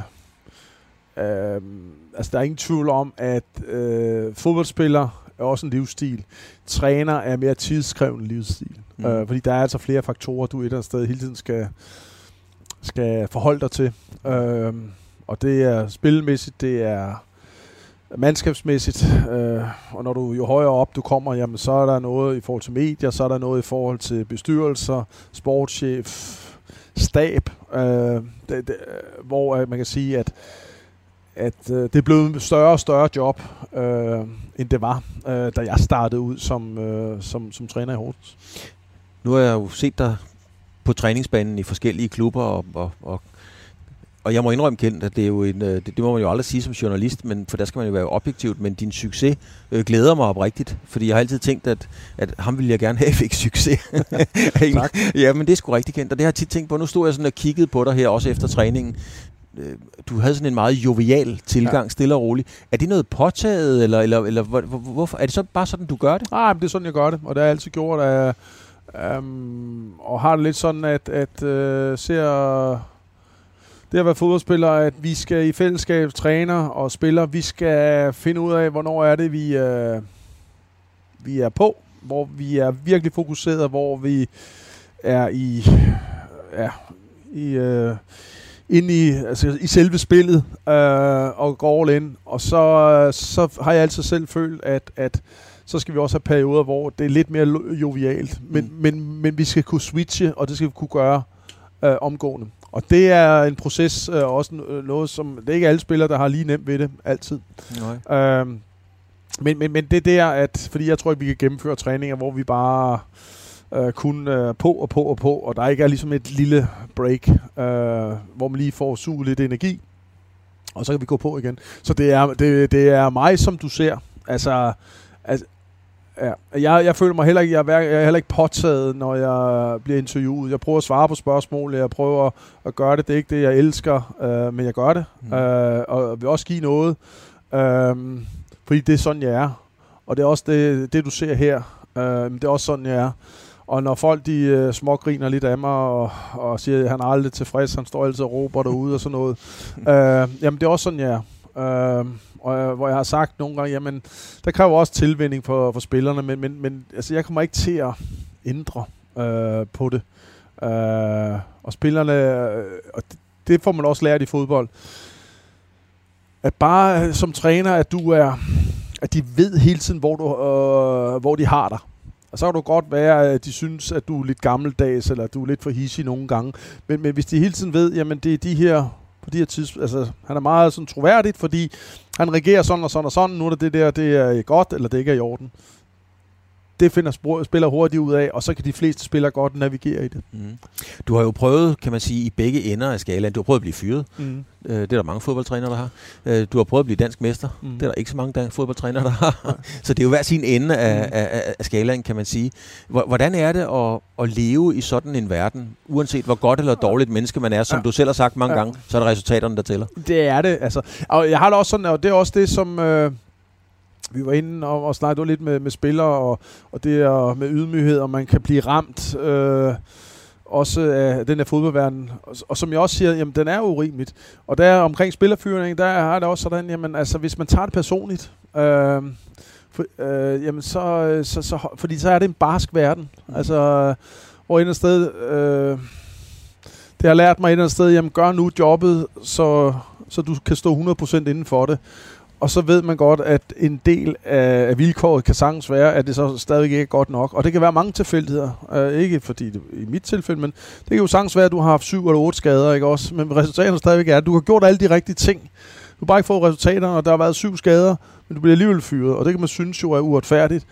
øh, altså der er ingen tvivl om, at øh, fodboldspiller er også en livsstil. Træner er mere tidskrævende livsstil. Mm. Øh, fordi der er altså flere faktorer, du et eller andet sted hele tiden skal, skal forholde dig til. Øh, og det er spilmæssigt, det er mandskabsmæssigt, øh, og når du jo højere op du kommer, jamen så er der noget i forhold til medier, så er der noget i forhold til bestyrelser, sportschef, stab, øh, det, det, hvor øh, man kan sige, at, at øh, det er blevet et større og større job, øh, end det var, øh, da jeg startede ud som, øh, som, som træner i Horsens. Nu har jeg jo set dig på træningsbanen i forskellige klubber, og, og, og Og jeg må indrømme, Ken, at det er jo en, det, det må man jo aldrig sige som journalist, men for der skal man jo være objektivt, men din succes øh, glæder mig oprigtigt, fordi jeg har altid tænkt, at, at ham ville jeg gerne have fik succes. Tak. Ja, men det er sgu rigtig kendt, og det har jeg tit tænkt på. Nu stod jeg sådan og kiggede på dig her, også efter træningen. Du havde sådan en meget jovial tilgang, ja. Stille og roligt. Er det noget påtaget, eller, eller, eller hvor, hvorfor? Er det så bare sådan, du gør det? Nej, men det er sådan, jeg gør det, og det har jeg altid gjort, at, um, og har det lidt sådan, at, at uh, ser... det at være fodboldspiller, at vi skal i fællesskab, træner og spiller, vi skal finde ud af, hvornår er det, vi, øh, vi er på, hvor vi er virkelig fokuseret, hvor vi er i, ja, i, øh, inde i, altså i selve spillet øh, og går all in. Og så, så har jeg altid selv følt, at, at så skal vi også have perioder, hvor det er lidt mere jovialt. Men, mm. men, men vi skal kunne switche, og det skal vi kunne gøre øh, omgående. Og det er en proces, øh, også noget, som... Det er ikke alle spillere, der har lige nemt ved det, altid. Nej. Øhm, men, men, men det der, at... Fordi jeg tror, at vi kan gennemføre træninger, hvor vi bare øh, kun øh, på og på og på, og der ikke er ligesom et lille break, øh, hvor man lige får suget lidt energi, og så kan vi gå på igen. Så det er, det, det er mig, som du ser. Altså... altså Ja, jeg, jeg føler mig heller ikke, jeg er, jeg er heller ikke påtaget, når jeg bliver interviewet. Jeg prøver at svare på spørgsmål, jeg prøver at, at gøre det. Det er ikke det, jeg elsker, øh, men jeg gør det. Mm. Øh, og vil også give noget, øh, fordi det er sådan, jeg er. Og det er også det, det du ser her. Øh, det er også sådan, jeg er. Og når folk de øh, smågriner lidt af mig og, og siger, at han er aldrig tilfreds, han står altid og råber derude og sådan noget. øh, jamen, det er også sådan, jeg er. Øh, Og, hvor jeg har sagt nogle gange, jamen, der kræver også tilvænning for, for spillerne, men, men, men altså, jeg kommer ikke til at ændre øh, på det. Øh, og spillerne, øh, og det, det får man også lært i fodbold, at bare som træner, at du er, at de ved hele tiden, hvor, du, øh, hvor de har dig. Og så kan du godt være, at de synes, at du er lidt gammeldags, eller at du er lidt for hissig nogle gange. Men, men hvis de hele tiden ved, jamen det er de her... På de her tids, altså, han er meget sådan troværdigt, fordi han reagerer sådan og sådan og sådan. Nu er det det der, det er godt, eller det ikke er i orden. Det finder spillere hurtigt ud af, og så kan de fleste spillere godt navigere i det. Mm. Du har jo prøvet, kan man sige, i begge ender af skalaen. Du har prøvet at blive fyret. Mm. Øh, det er der mange fodboldtrænere, der har. Øh, du har prøvet at blive dansk mester. Mm. Det er der ikke så mange dansk fodboldtrænere, der har. Ja. Så det er jo hver sin ende af, mm. af, af skalaen, kan man sige. Hvordan er det at, at leve i sådan en verden? Uanset hvor godt eller dårligt menneske man er, som ja. du selv har sagt mange ja. gange, så er det resultaterne, der tæller. Det er det. Altså. Og jeg har det også sådan, og det er også det, som... Øh vi var inde og, og snakkede lidt med, med spillere, og, og det er med ydmyghed, og man kan blive ramt øh, også af den her fodboldverden. Og, og som jeg også siger, jamen den er urimeligt. Og der omkring spillerfyring, der har det også sådan, jamen altså hvis man tager det personligt, øh, for, øh, jamen så, så, så, fordi så er det en barsk verden. Mm. Altså, hvor et eller andet sted, øh, det har lært mig et eller andet sted, jamen gør nu jobbet, så, så du kan stå hundrede procent inden for det. Og så ved man godt, at en del af, af vilkåret kan sagtens være, at det så stadig ikke er godt nok. Og det kan være mange tilfældigheder. Uh, ikke fordi det, i mit tilfælde, men det kan jo sagtens være, at du har haft syv eller otte skader, ikke også? Men resultaterne stadigvæk er, at du har gjort alle de rigtige ting. Du har bare ikke fået resultaterne, og der har været syv skader, men du bliver alligevel fyret. Og det kan man synes jo er uretfærdigt.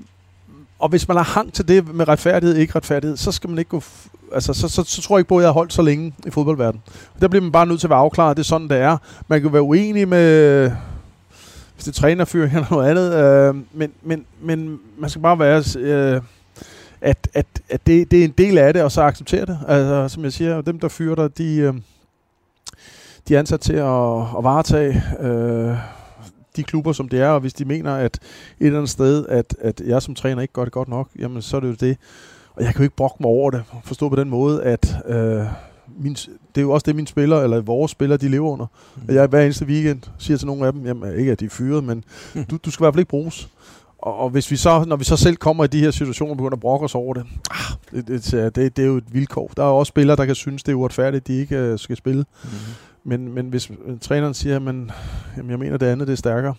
Og hvis man har hang til det med retfærdighed, ikke retfærdighed, så skal man ikke gå... F- altså, så, så, så tror jeg ikke på, at jeg har holdt så længe i fodboldverdenen. Der bliver man bare nødt til at være afklaret. Det er sådan, det er. Man kan være uenig med... Hvis det er trænerfyring eller noget andet. Øh, men, men, men man skal bare være, øh, at, at, at det, det er en del af det, og så acceptere det. Altså, som jeg siger, dem der fyrer dig, de, øh, de er ansat til at, at varetage øh, de klubber, som det er. Og hvis de mener, at et eller andet sted, at, at jeg som træner ikke gør det godt nok, jamen så er det jo det. Og jeg kan jo ikke brokke mig over det. Forstå på den måde, at... Øh, Min, det er jo også det, mine spillere, eller vores spillere, de lever under. Mm. Og jeg hver eneste weekend siger til nogle af dem, jamen ikke at de er fyret, men mm. du, du skal i hvert fald ikke bruges. Og, og hvis vi så, når vi så selv kommer i de her situationer og begynder at brokke os over det, ah, det, det, det, det er jo et vilkår. Der er også spillere, der kan synes, det er uretfærdigt, at de ikke uh, skal spille. Mm. Men, men hvis uh, træneren siger, men, jamen, jeg mener det andet, det er stærkere,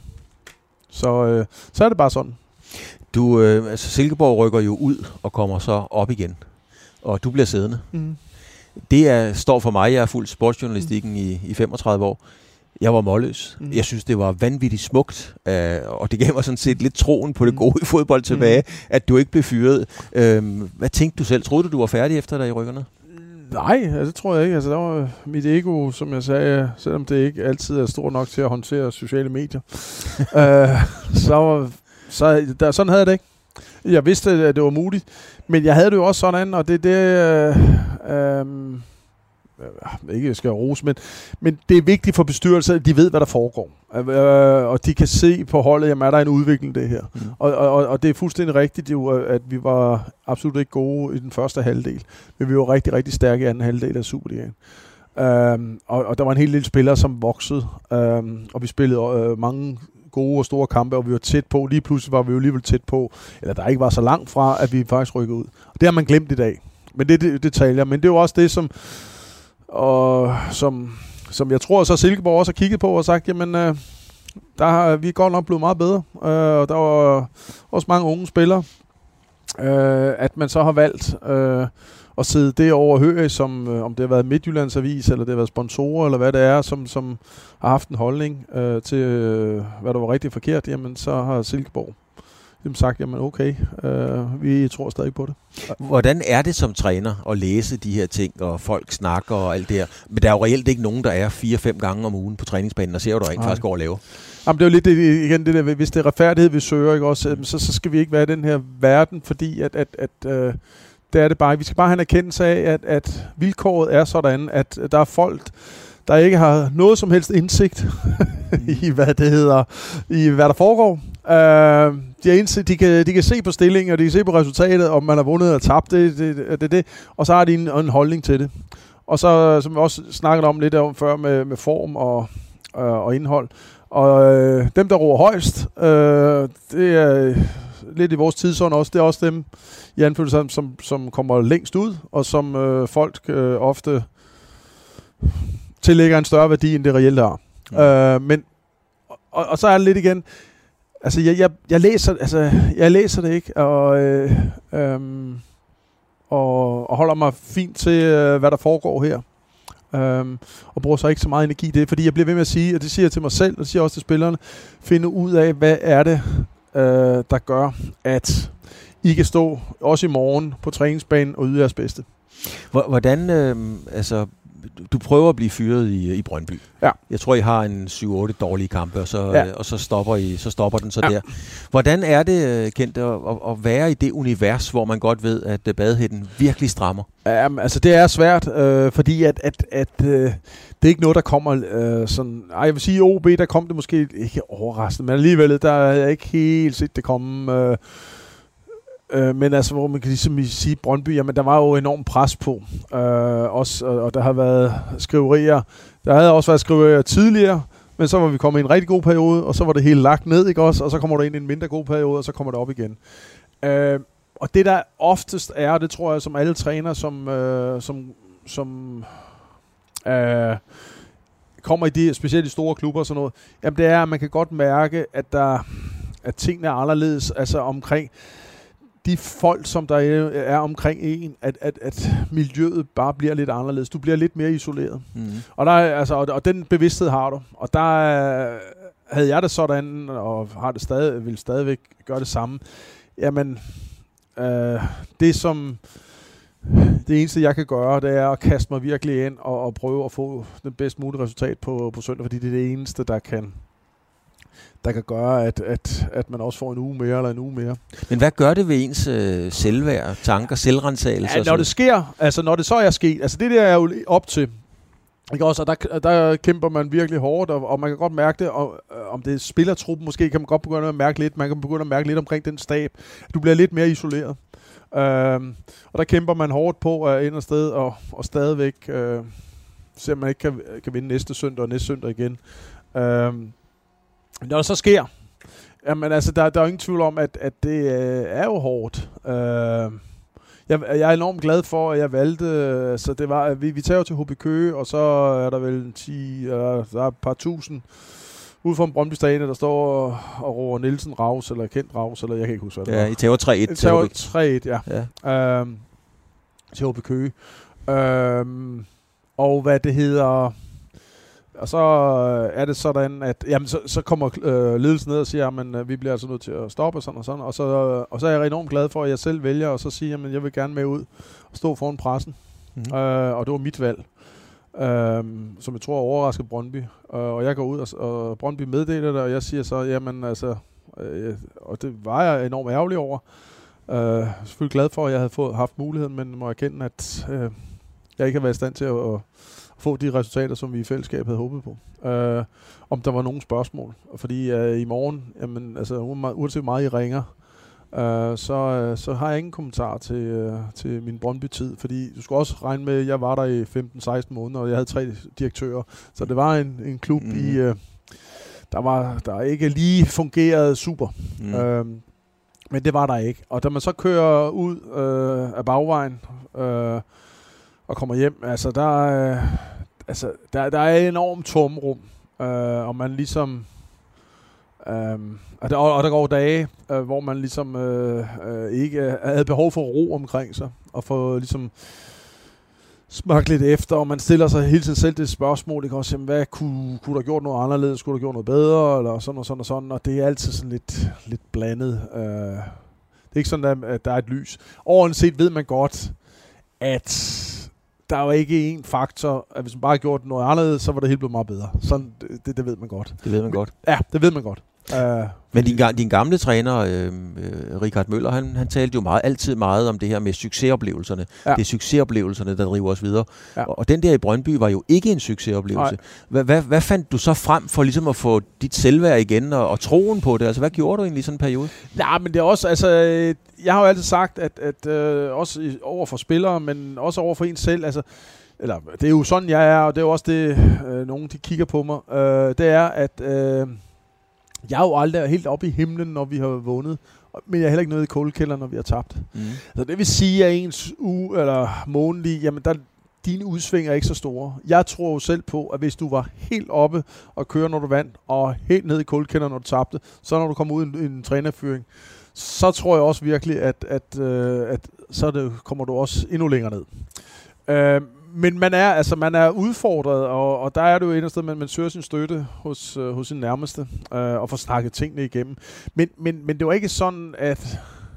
så, uh, så er det bare sådan. Du, uh, altså Silkeborg rykker jo ud og kommer så op igen, og du bliver siddende. Mm. Det er, står for mig, jeg har fulgt sportsjournalistikken mm. i, i femogtredive år. Jeg var målløs. Mm. Jeg synes, det var vanvittigt smukt, øh, og det gav mig sådan set lidt troen på det gode i fodbold tilbage, mm. at du ikke blev fyret. Øhm, hvad tænkte du selv? Troede du, du var færdig efter dig i rykkerne? Nej, altså, det tror jeg ikke. Altså, der var mit ego, som jeg sagde, selvom det ikke altid er stort nok til at håndtere sociale medier. øh, så så der, sådan havde jeg det ikke. Jeg vidste, at det var muligt, men jeg havde det jo også sådan, og det er det, øh, øh, ikke jeg skal rose, men, men det er vigtigt for bestyrelsen, at de ved, hvad der foregår, øh, og de kan se på holdet, jamen er der en udvikling det her, mm. og, og, og det er fuldstændig rigtigt, jo, at vi var absolut ikke gode i den første halvdel, men vi var rigtig, rigtig stærke i anden halvdel af Superligaen. Øhm, og, og der var en hel lille spillere, som voksede, øhm, og vi spillede øh, mange gode og store kampe, og vi var tæt på. Lige pludselig var vi jo alligevel tæt på, eller der ikke var så langt fra, at vi faktisk rykkede ud. Og det har man glemt i dag. Men det er det, detaljer. Men det er jo også det, som, og, som, som jeg tror, så Silkeborg også har kigget på og sagt, jamen, øh, der har vi godt nok blevet meget bedre. Øh, og der var også mange unge spillere, øh, at man så har valgt øh, at sidde det overhøre, som øh, om det har været Midtjyllands Avis, eller det har været sponsorer, eller hvad det er, som, som har haft en holdning øh, til, øh, hvad der var rigtig forkert, jamen så har Silkeborg jamen sagt, jamen okay, øh, vi tror stadig på det. Hvordan er det som træner at læse de her ting, og folk snakker og alt det her? Men der er jo reelt ikke nogen, der er fire-fem gange om ugen på træningsbanen, og ser, hvad du rent faktisk går og laver. Jamen, det er jo lidt det, igen det der, hvis det er retfærdighed, vi søger, ikke også, så, så skal vi ikke være i den her verden, fordi at, at, at øh, det er det bare. Vi skal bare have en erkendelse af, at, at vilkåret er sådan, at der er folk, der ikke har noget som helst indsigt i, hvad det hedder, i hvad der foregår. Uh, de, er indsigt, de, kan, de kan se på stillingen, og de kan se på resultatet, om man har vundet eller tabt, det, det, det, det, og så har de en, en holdning til det. Og så, som vi også snakkede om lidt om før, med, med form og, øh, og indhold. Og øh, dem, der roer højst, øh, det er lidt i vores tidsånd også, det er også dem, i anfølgelse, som, som kommer længst ud, og som øh, folk øh, ofte tillægger en større værdi, end det reelt er. Mm. Øh, men, og, og så er det lidt igen, altså jeg, jeg, jeg, læser, altså, jeg læser det ikke, og, øh, øh, og, og holder mig fint til, øh, hvad der foregår her. Um, og bruger så ikke så meget energi i det, fordi jeg bliver ved med at sige, og det siger jeg til mig selv, og det siger jeg også til spillerne, finde ud af, hvad er det, uh, der gør, at I kan stå også i morgen på træningsbanen og yde jeres bedste. Hvordan, øh, altså, du prøver at blive fyret i, i Brøndby. Ja. Jeg tror, I har en syv otte dårlige kampe, og så, ja. og så, stopper, I, så stopper den så ja. der. Hvordan er det, Kent, at, at være i det univers, hvor man godt ved, at badehætten virkelig strammer? Um, altså, det er svært, øh, fordi at, at, at øh, det er ikke noget, der kommer øh, sådan... Ej, jeg vil sige, i O B, der kom det måske ikke overraskende, men alligevel, der har jeg ikke helt set det komme... Øh, Øh, men altså, hvor man kan ligesom sige, Brøndby, jamen der var jo enormt pres på. Øh, også, og, og der har været skriverier. Der havde også været skriverier tidligere, men så var vi kommet i en rigtig god periode, og så var det hele lagt ned, ikke også? Og så kommer der ind i en mindre god periode, og så kommer det op igen. Øh, og det der oftest er, det tror jeg, som alle træner, som, øh, som, som øh, kommer i de specielt de store klubber og sådan noget, jamen det er, at man kan godt mærke, at, der, at tingene er anderledes, altså omkring de folk, som der er omkring en, at, at, at miljøet bare bliver lidt anderledes. Du bliver lidt mere isoleret. Mm. Og, der, altså, og, og den bevidsthed har du. Og der havde jeg det sådan, og har det stadig, vil stadigvæk gøre det samme. Jamen, øh, det som... Det eneste, jeg kan gøre, det er at kaste mig virkelig ind og, og prøve at få det bedst mulige resultat på, på søndag, fordi det er det eneste, der kan... der kan gøre, at, at, at man også får en uge mere eller en uge mere. Men hvad gør det ved ens øh, selvværd, tanker, selvrensagelse? Ja, når det sker, altså når det så er sket, altså det der er jo op til, ikke også, og der, der kæmper man virkelig hårdt, og, og man kan godt mærke det, og, om det er spillertruppen, måske kan man godt begynde at mærke lidt, man kan begynde at mærke lidt omkring den stab, du bliver lidt mere isoleret. Øhm, og der kæmper man hårdt på at ende afsted, og, og stadigvæk øh, se om man ikke kan, kan vinde næste søndag og næste søndag igen. Øhm, Når det så sker, jamen altså, der, der er jo ingen tvivl om, at, at det øh, er jo hårdt. Øh, jeg, jeg er enormt glad for, at jeg valgte, øh, så det var, vi, vi tager jo til H B Køge, og så er der vel ti, øh, der er et par tusind ude for en Brøndby Stadion, der står og, og roer Nielsen Raus, eller Kent Raus, eller jeg kan ikke huske, hvad det ja, var. I tager tre et til H B. tre et, ja. ja. Øh, til H B Køge. Øh, og hvad det hedder... Og så er det sådan, at jamen, så, så kommer øh, ledelsen ned og siger, at øh, vi bliver altså nødt til at stoppe sådan og sådan. Og så, øh, og så er jeg enormt glad for, at jeg selv vælger og så siger, at jeg vil gerne med ud og stå foran pressen. Mm-hmm. Øh, og det var mit valg, øh, som jeg tror overraskede Brøndby. Øh, og jeg går ud, og, og Brøndby meddeler det, og jeg siger så, jamen altså, øh, og det var jeg enormt ærgerlig over. Øh, jeg er selvfølgelig glad for, at jeg havde fået, haft muligheden, men må erkende, at øh, jeg ikke har været i stand til at... at få de resultater, som vi i fællesskab havde håbet på. Uh, om der var nogle spørgsmål. Fordi uh, i morgen, jamen, altså, uanset meget I ringer, Uh, så, uh, så har jeg ingen kommentar til, uh, til min Brøndby-tid, fordi du skal også regne med, at jeg var der i femten seksten måneder, og jeg havde tre direktører, så det var en, en klub, mm. i, uh, der, var, der ikke lige fungerede super. Mm. Uh, men det var der ikke. Og da man så kører ud uh, af bagvejen uh, og kommer hjem, altså der, uh, altså, der, der er enormt tomrum, uh, og man ligesom... Um, og, der, og der går dage, uh, hvor man ligesom uh, uh, ikke havde behov for ro omkring sig, og få ligesom smagt lidt efter, og man stiller sig hele tiden selv det spørgsmål, ikke også, jamen, hvad kunne, kunne der gjort noget anderledes, skulle der gjort noget bedre, eller sådan og sådan og sådan, og det er altid sådan lidt, lidt blandet. Uh, det er ikke sådan, at der er et lys. Overordnet set ved man godt, at der er jo ikke én faktor, at hvis man bare har gjort noget anderledes, så var det helt blevet meget bedre. Sådan, det, det ved man godt. Det ved man godt. Ja, det ved man godt. Uh, Men din, din gamle træner, øh, øh, Richard Møller, han, han talte jo meget, altid meget om det her med succesoplevelserne. Ja. Det er succesoplevelserne, der driver os videre. Ja. Og, og den der i Brøndby var jo ikke en succesoplevelse. Hvad, hvad, hvad fandt du så frem for ligesom at få dit selvværd igen og, og troen på det? Altså, hvad gjorde du egentlig i sådan en periode? Nej, men det er også, altså, jeg har jo altid sagt, at, at øh, også over for spillere, men også over for en selv, altså, eller det er jo sådan, jeg er, og det er jo også det, øh, nogen de kigger på mig, øh, det er, at øh, jeg er jo aldrig helt oppe i himlen, når vi har vundet, men jeg er heller ikke nede i kuldekælderen, når vi har tabt. Mm. Så det vil sige, at ens uge eller månedlige, jamen der, dine udsving er ikke så store. Jeg tror jo selv på, at hvis du var helt oppe og kører, når du vandt, og helt nede i kuldekælderen, når du tabte, så når du kommer ud i en, en trænerfyring, så tror jeg også virkelig, at, at, øh, at så det, kommer du også endnu længere ned. Øh, Men man er, altså, man er udfordret, og, og der er det jo et eller andet sted, man, man søger sin støtte hos, øh, hos sin nærmeste, øh, og får snakket tingene igennem. Men, men, men det var ikke sådan, at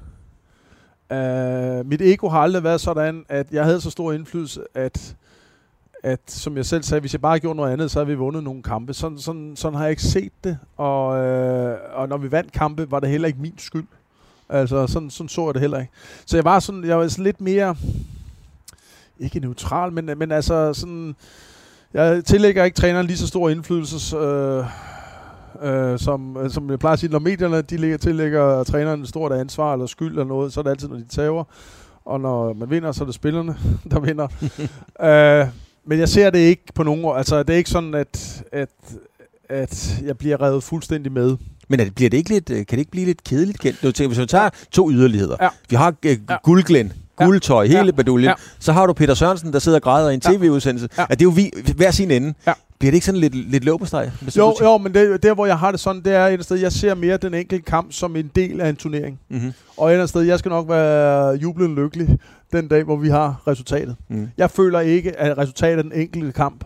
øh, mit ego har aldrig været sådan, at jeg havde så stor indflydelse, at, at som jeg selv sagde, hvis jeg bare gjorde noget andet, så havde vi vundet nogle kampe. Sådan, sådan, sådan har jeg ikke set det, og, øh, og når vi vandt kampe, var det heller ikke min skyld. Altså, sådan, sådan så jeg det heller ikke. Så jeg var sådan, jeg var sådan lidt mere... Ikke neutral, men, men altså sådan... Jeg tillægger ikke træneren lige så stor indflydelse, øh, øh, som, som jeg plejer at sige, når medierne de lægger, tillægger træneren et stort ansvar eller skyld eller noget, så er det altid, når de taber. Og når man vinder, så er det spillerne, der vinder. øh, men jeg ser det ikke på nogen år. Altså, det er ikke sådan, at, at, at jeg bliver revet fuldstændig med. Men det, bliver det ikke lidt, kan det ikke blive lidt kedeligt kendt? Du tænker, hvis vi tager to yderligheder. Ja. Vi har uh, ja. Guldglen. Guldtøj, ja. hele baduljen. Ja. Så har du Peter Sørensen, der sidder og græder i en tv-udsendelse. Ja. At det er jo vi, hver sin ende. Ja. Bliver det ikke sådan lidt, lidt løbesteg? Jo, jo, men det, der, hvor jeg har det sådan, det er et sted, jeg ser mere den enkelte kamp som en del af en turnering. Mm-hmm. Og et andet sted, jeg skal nok være jublende lykkelig den dag, hvor vi har resultatet. Mm. Jeg føler ikke, at resultatet af den enkelte kamp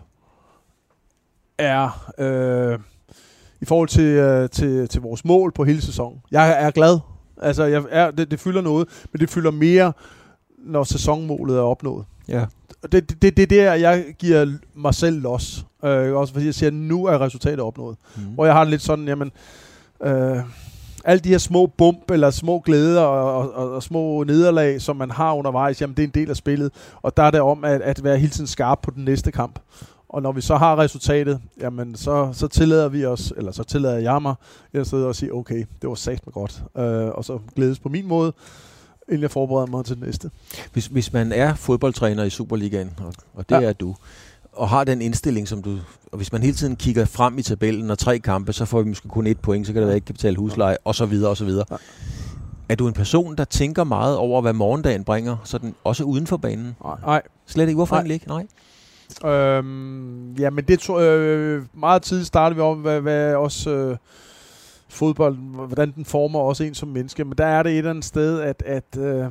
er øh, i forhold til, øh, til, til vores mål på hele sæsonen. Jeg er glad. Altså, jeg er, det, det fylder noget, men det fylder mere, når sæsonmålet er opnået. Ja. Det, det, det, det er der, jeg giver mig selv los. Øh, også fordi jeg siger, at nu er resultatet opnået. Mm. Hvor jeg har det lidt sådan, jamen... Øh, alle de her små bump, eller små glæder og, og, og, og små nederlag, som man har undervejs, jamen det er en del af spillet. Og der er det om at, at være hele tiden skarp på den næste kamp. Og når vi så har resultatet, jamen så, så tillader vi os, eller så tillader jeg mig, jeg sidder og siger, okay, det var satme godt. Øh, og så glædes på min måde, inden jeg forbereder mig til det næste. Hvis, hvis man er fodboldtræner i Superligaen, og, og det ja. er du, og har den indstilling, som du... Og hvis man hele tiden kigger frem i tabellen, og tre kampe, så får vi måske kun et point, så kan det være, ikke kan betale husleje, og så videre, og så videre. Ja. Er du en person, der tænker meget over, hvad morgendagen bringer, sådan også uden for banen? Nej. Slet ikke? Hvorfor egentlig ikke? Nej. Øhm, ja, men det tror øh, meget tidligt startede vi om, hvad, hvad også øh, fodbold, hvordan den former også en som menneske. Men der er det et eller andet sted, at... at øh,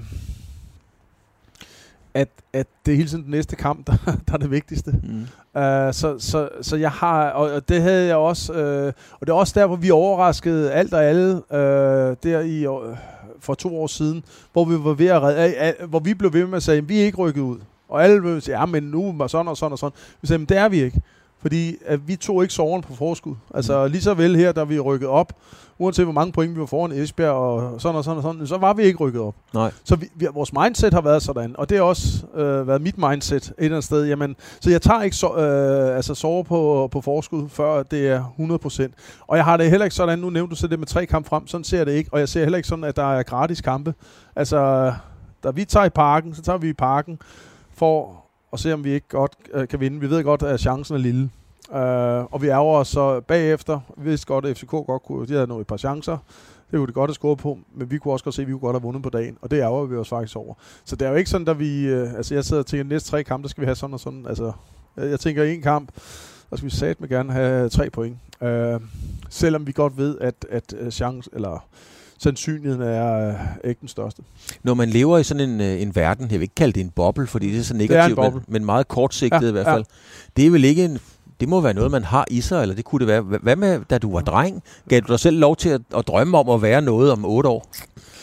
At, at det er hele tiden den næste kamp, der, der er det vigtigste. Mm. Uh, så, så, så jeg har, og, og det havde jeg også, uh, og det er også der, hvor vi overraskede alt og alle, uh, der i, uh, for to år siden, hvor vi var ved at redde, uh, uh, hvor vi blev ved med at sige, at vi er ikke rykket ud. Og alle ville sige, ja, men nu var sådan og sådan og sådan. Vi sagde, men det er vi ikke. Fordi at vi tog ikke soveren på forskud. Altså lige så vel her, da vi rykkede op, uanset hvor mange point vi var foran Esbjerg og sådan og sådan og sådan, så var vi ikke rykket op. Nej. Så vi, vi, vores mindset har været sådan, og det har også øh, været mit mindset et eller andet sted. Jamen, så jeg tager ikke so, øh, altså sover på, på forskud, før det er hundrede procent. Og jeg har det heller ikke sådan, nu nævnte du så det med tre kampe frem, sådan ser jeg det ikke. Og jeg ser heller ikke sådan, at der er gratis kampe. Altså, da vi tager i parken, så tager vi i parken for at se, om vi ikke godt øh, kan vinde. Vi ved godt, at chancen er lille. Uh, og vi ærger os så bagefter. Vi vidste godt, at F C K godt kunne, de havde nogle et par chancer. Det kunne de godt have scoret på, men vi kunne også godt se, at vi kunne godt have vundet på dagen. Og det ærger vi os faktisk over. Så det er jo ikke sådan, at vi... Uh, altså jeg sidder og tænker, at næste tre kampe, der skal vi have sådan og sådan. Altså, jeg, jeg tænker, en kamp, der skal vi satme gerne have tre point. Uh, selvom vi godt ved, at, at chance, eller sandsynligheden er uh, ikke den største. Når man lever i sådan en, en verden, jeg vil ikke kalde det en boble, fordi det er så negativt, men, men meget kortsigtet ja, i hvert fald. Ja. Det er vel ikke en... Det må være noget, man har i sig, eller det kunne det være. Hvad med, da du var dreng? Gav du dig selv lov til at, at drømme om at være noget om otte år?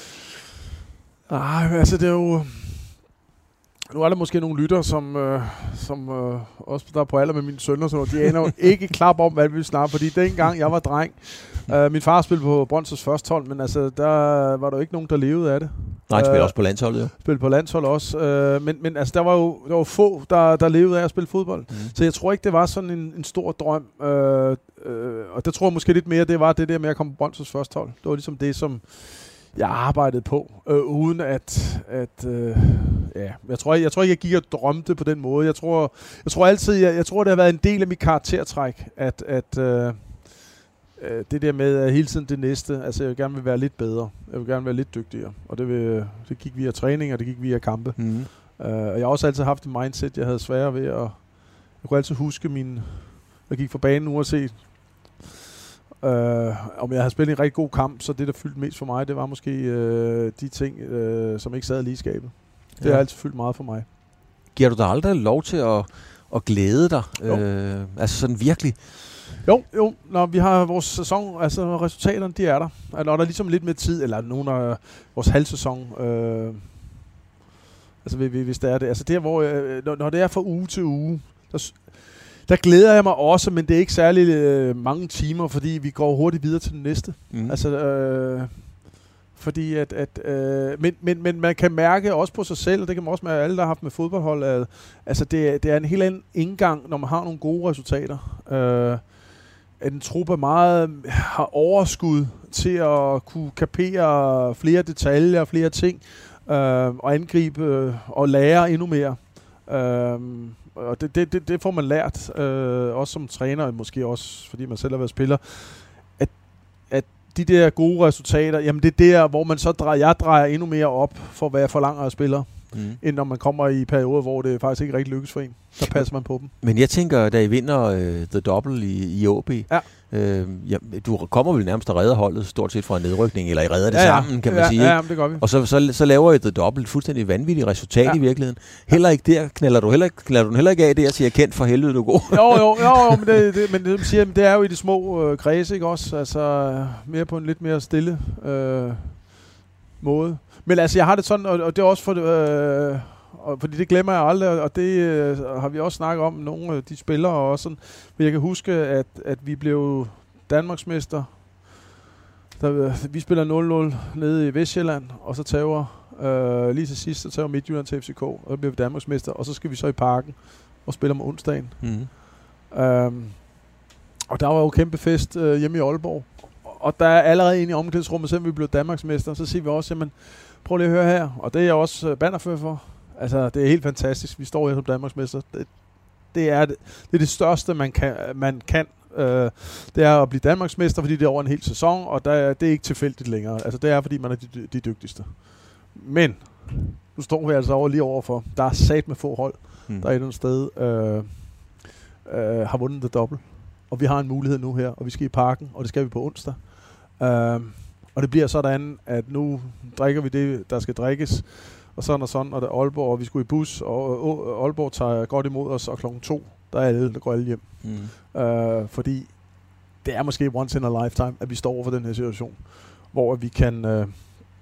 Nej, altså det er jo... Nu er der måske nogle lytter, som, øh, som øh, også der er på alder med mine sønner, så de aner jo ikke klap om, hvad vi snakker, fordi dengang jeg var dreng, øh, min far spillede på Brøndshøjs første hold, men altså, der var der jo ikke nogen, der levede af det. Nej, han spillede øh, også på landsholdet, jo. Spillede på landsholdet også, øh, men, men altså, der var jo der var få, der, der levede af at spille fodbold. Mm. Så jeg tror ikke, det var sådan en, en stor drøm, øh, øh, og det tror jeg måske lidt mere, det var det der med at komme på Brøndshøjs første hold. Det var ligesom det, som jeg arbejdede på, øh, uden at, at øh, ja, jeg tror, jeg, jeg tror ikke, jeg gik og drømte på den måde. Jeg tror, jeg tror altid, jeg, jeg tror, det har været en del af mit karaktertræk, at, at øh, øh, det der med at hele tiden det næste, altså jeg vil gerne vil være lidt bedre, jeg vil gerne være lidt dygtigere, og det, vil, det gik via træning, og det gik via kampe. Mm. Øh, og jeg har også altid haft et mindset, jeg havde svært ved at, jeg kunne altid huske min, jeg gik for banen uanset, Uh, om jeg havde spillet en rigtig god kamp, så det, der fyldte mest for mig, det var måske uh, de ting, uh, som ikke sad lige i skabet. Det ja. har altid fyldt meget for mig. Giver du dig aldrig lov til at, at glæde dig? Uh, altså sådan virkelig? Jo, jo. Når vi har vores sæson, altså resultaterne, de er der. Altså, når der er ligesom lidt mere tid, eller nogen af vores halvsæson, uh, altså hvis det er det. Altså det, hvor, uh, når, når det er fra uge til uge, der Der glæder jeg mig også, men det er ikke særlig øh, mange timer, fordi vi går hurtigt videre til den næste. Mm. Altså, øh, fordi at, at øh, men, men, men man kan mærke også på sig selv, og det kan man også mærke alle, der har haft med fodboldhold, at altså det, det er en helt anden indgang, når man har nogle gode resultater. Øh, at en truppe meget har overskud til at kunne kapere flere detaljer, flere ting, øh, og angribe øh, og lære endnu mere. Øh, Og det, det, det får man lært, øh, også som træner, måske også fordi man selv har været spiller, at, at de der gode resultater, jamen det er der, hvor man så drejer, jeg drejer endnu mere op for, hvad jeg forlanger af spillere, mm. end når man kommer i perioder, hvor det faktisk ikke rigtig lykkes for en. Der passer man på dem. Men jeg tænker, da I vinder uh, The Double i, i O B, ja. øh, ja, du kommer vel nærmest og redder holdet stort set fra en nedrykning, eller I redder det ja, sammen, kan man ja, sige. Ja, ja, det gør vi. Og så, så, så laver I The Double, et fuldstændig vanvittigt resultat ja. i virkeligheden. Heller ikke der, knalder du heller, knalder du den heller ikke af der, siger kendt for helvede, du er god. jo, jo, jo, men det, det, men det, siger, det er jo i de små øh, kredse, ikke også? Altså mere på en lidt mere stille øh, måde. Men altså, jeg har det sådan, og, og det er også for... Øh, Og fordi det glemmer jeg aldrig, og det øh, har vi også snakket om, nogle af de spillere og sådan. Men jeg kan huske, at, at vi blev Danmarksmester. Der, vi spiller nul nul nede i Vestjylland, og så tager øh, lige til sidst, så tager Midtjylland til F C K, og så bliver vi Danmarksmester, og så skal vi så i parken og spiller om onsdagen. Mm. Øhm, og der var jo kæmpe fest øh, hjemme i Aalborg. Og der er allerede inde i omklædningsrummet, selvom vi blev Danmarksmester, så siger vi også, jamen prøv lige at høre her, og det er jeg også øh, bannerfører for. Altså, det er helt fantastisk. Vi står her som Danmarksmester. Det, det, er, det, det er det største, man kan. Man kan. Øh, det er at blive Danmarksmester, fordi det er over en hel sæson, og der, det er ikke tilfældigt længere. Altså, det er, fordi man er de, de dygtigste. Men, nu står vi altså over lige overfor. Der er sat med få hold, hmm. der er et eller andet sted øh, øh, har vundet The Double. Og vi har en mulighed nu her, og vi skal i parken, og det skal vi på onsdag. Øh, og det bliver sådan, at nu drikker vi det, der skal drikkes, og sådan og sådan, og det er Aalborg, og vi skulle i bus, og Aalborg tager godt imod os, og klokken to, der er alle, der går alle hjem. Mm. Øh, fordi det er måske once in a lifetime, at vi står over for den her situation, hvor vi kan, øh,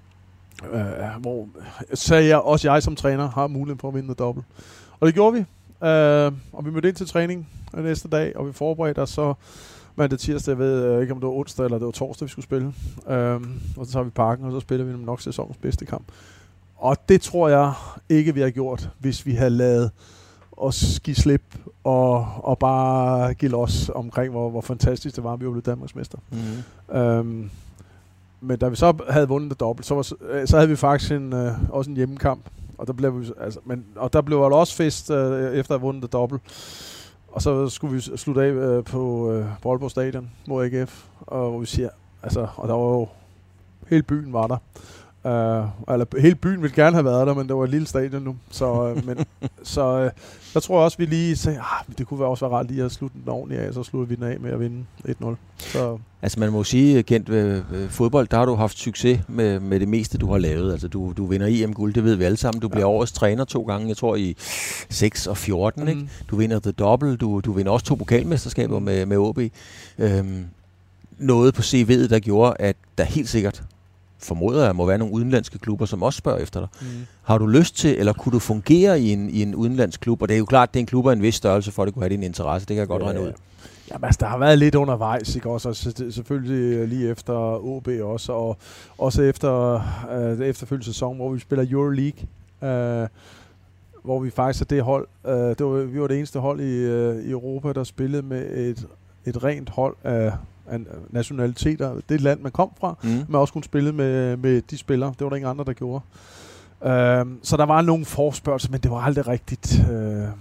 øh, hvor så jeg, også jeg som træner har muligheden for at vinde The Double. Og det gjorde vi. øh, og vi mødte ind til træning næste dag, og vi forberedte os så mandag tirsdag, jeg ved øh, ikke om det var onsdag eller det var torsdag, vi skulle spille. Øh, og så tager vi parken, og så spiller vi nok sæsonens bedste kamp. Og det tror jeg ikke, vi har gjort, hvis vi havde lavet os give slip og, og bare give los omkring, hvor, hvor fantastisk det var, at vi var blevet Danmarksmester. Mm-hmm. Øhm, men da vi så havde vundet det dobbelt, så, var, så havde vi faktisk en, øh, også en hjemmekamp. Og der blev, vi, altså, men, og der blev også fest øh, efter at have vundet det dobbelt. Og så skulle vi slutte af øh, på øh, Aalborg Stadion mod A G F. Og hvor vi siger, altså, og der var jo, hele byen var der. Uh, eller hele byen ville gerne have været der, men det var et lille stadion nu. Så, uh, men, så uh, der tror jeg også, vi lige sagde, ah, det kunne også være rart lige at slutte den ordentligt af, så sluttede vi den af med at vinde et nul. Så. Altså man må sige, Kent, ved, ved fodbold, der har du haft succes med, med det meste, du har lavet. Altså du, du vinder I M-guld, det ved vi alle sammen. Du bliver ja. årets træner to gange, jeg tror i seks og fjorten. Mm. Ikke? Du vinder The Double, du, du vinder også to pokalmesterskaber med, med O B. Øhm, noget på C V'et, der gjorde, at der helt sikkert formoder jeg, må være nogle udenlandske klubber, som også spørger efter dig. Mm. Har du lyst til, eller kunne du fungere i en, i en udenlandsk klub? Og det er jo klart, det er en klub af en vis størrelse, for at det kunne have din interesse. Det kan jeg godt ja, regne ud. Jamen altså, der har været lidt undervejs, ikke? Også, og selvfølgelig lige efter O B også, og også efter øh, det efterfølgende sæson, hvor vi spiller Euroleague, øh, hvor vi faktisk er det hold, øh, det var, vi var det eneste hold i, øh, i Europa, der spillede med et, et rent hold af nationaliteter, det land, man kom fra, mm. men også kunne spille med, med de spillere. Det var der ingen andre, der gjorde. Uh, så der var nogle forspørgsler, men det var aldrig rigtigt. Uh,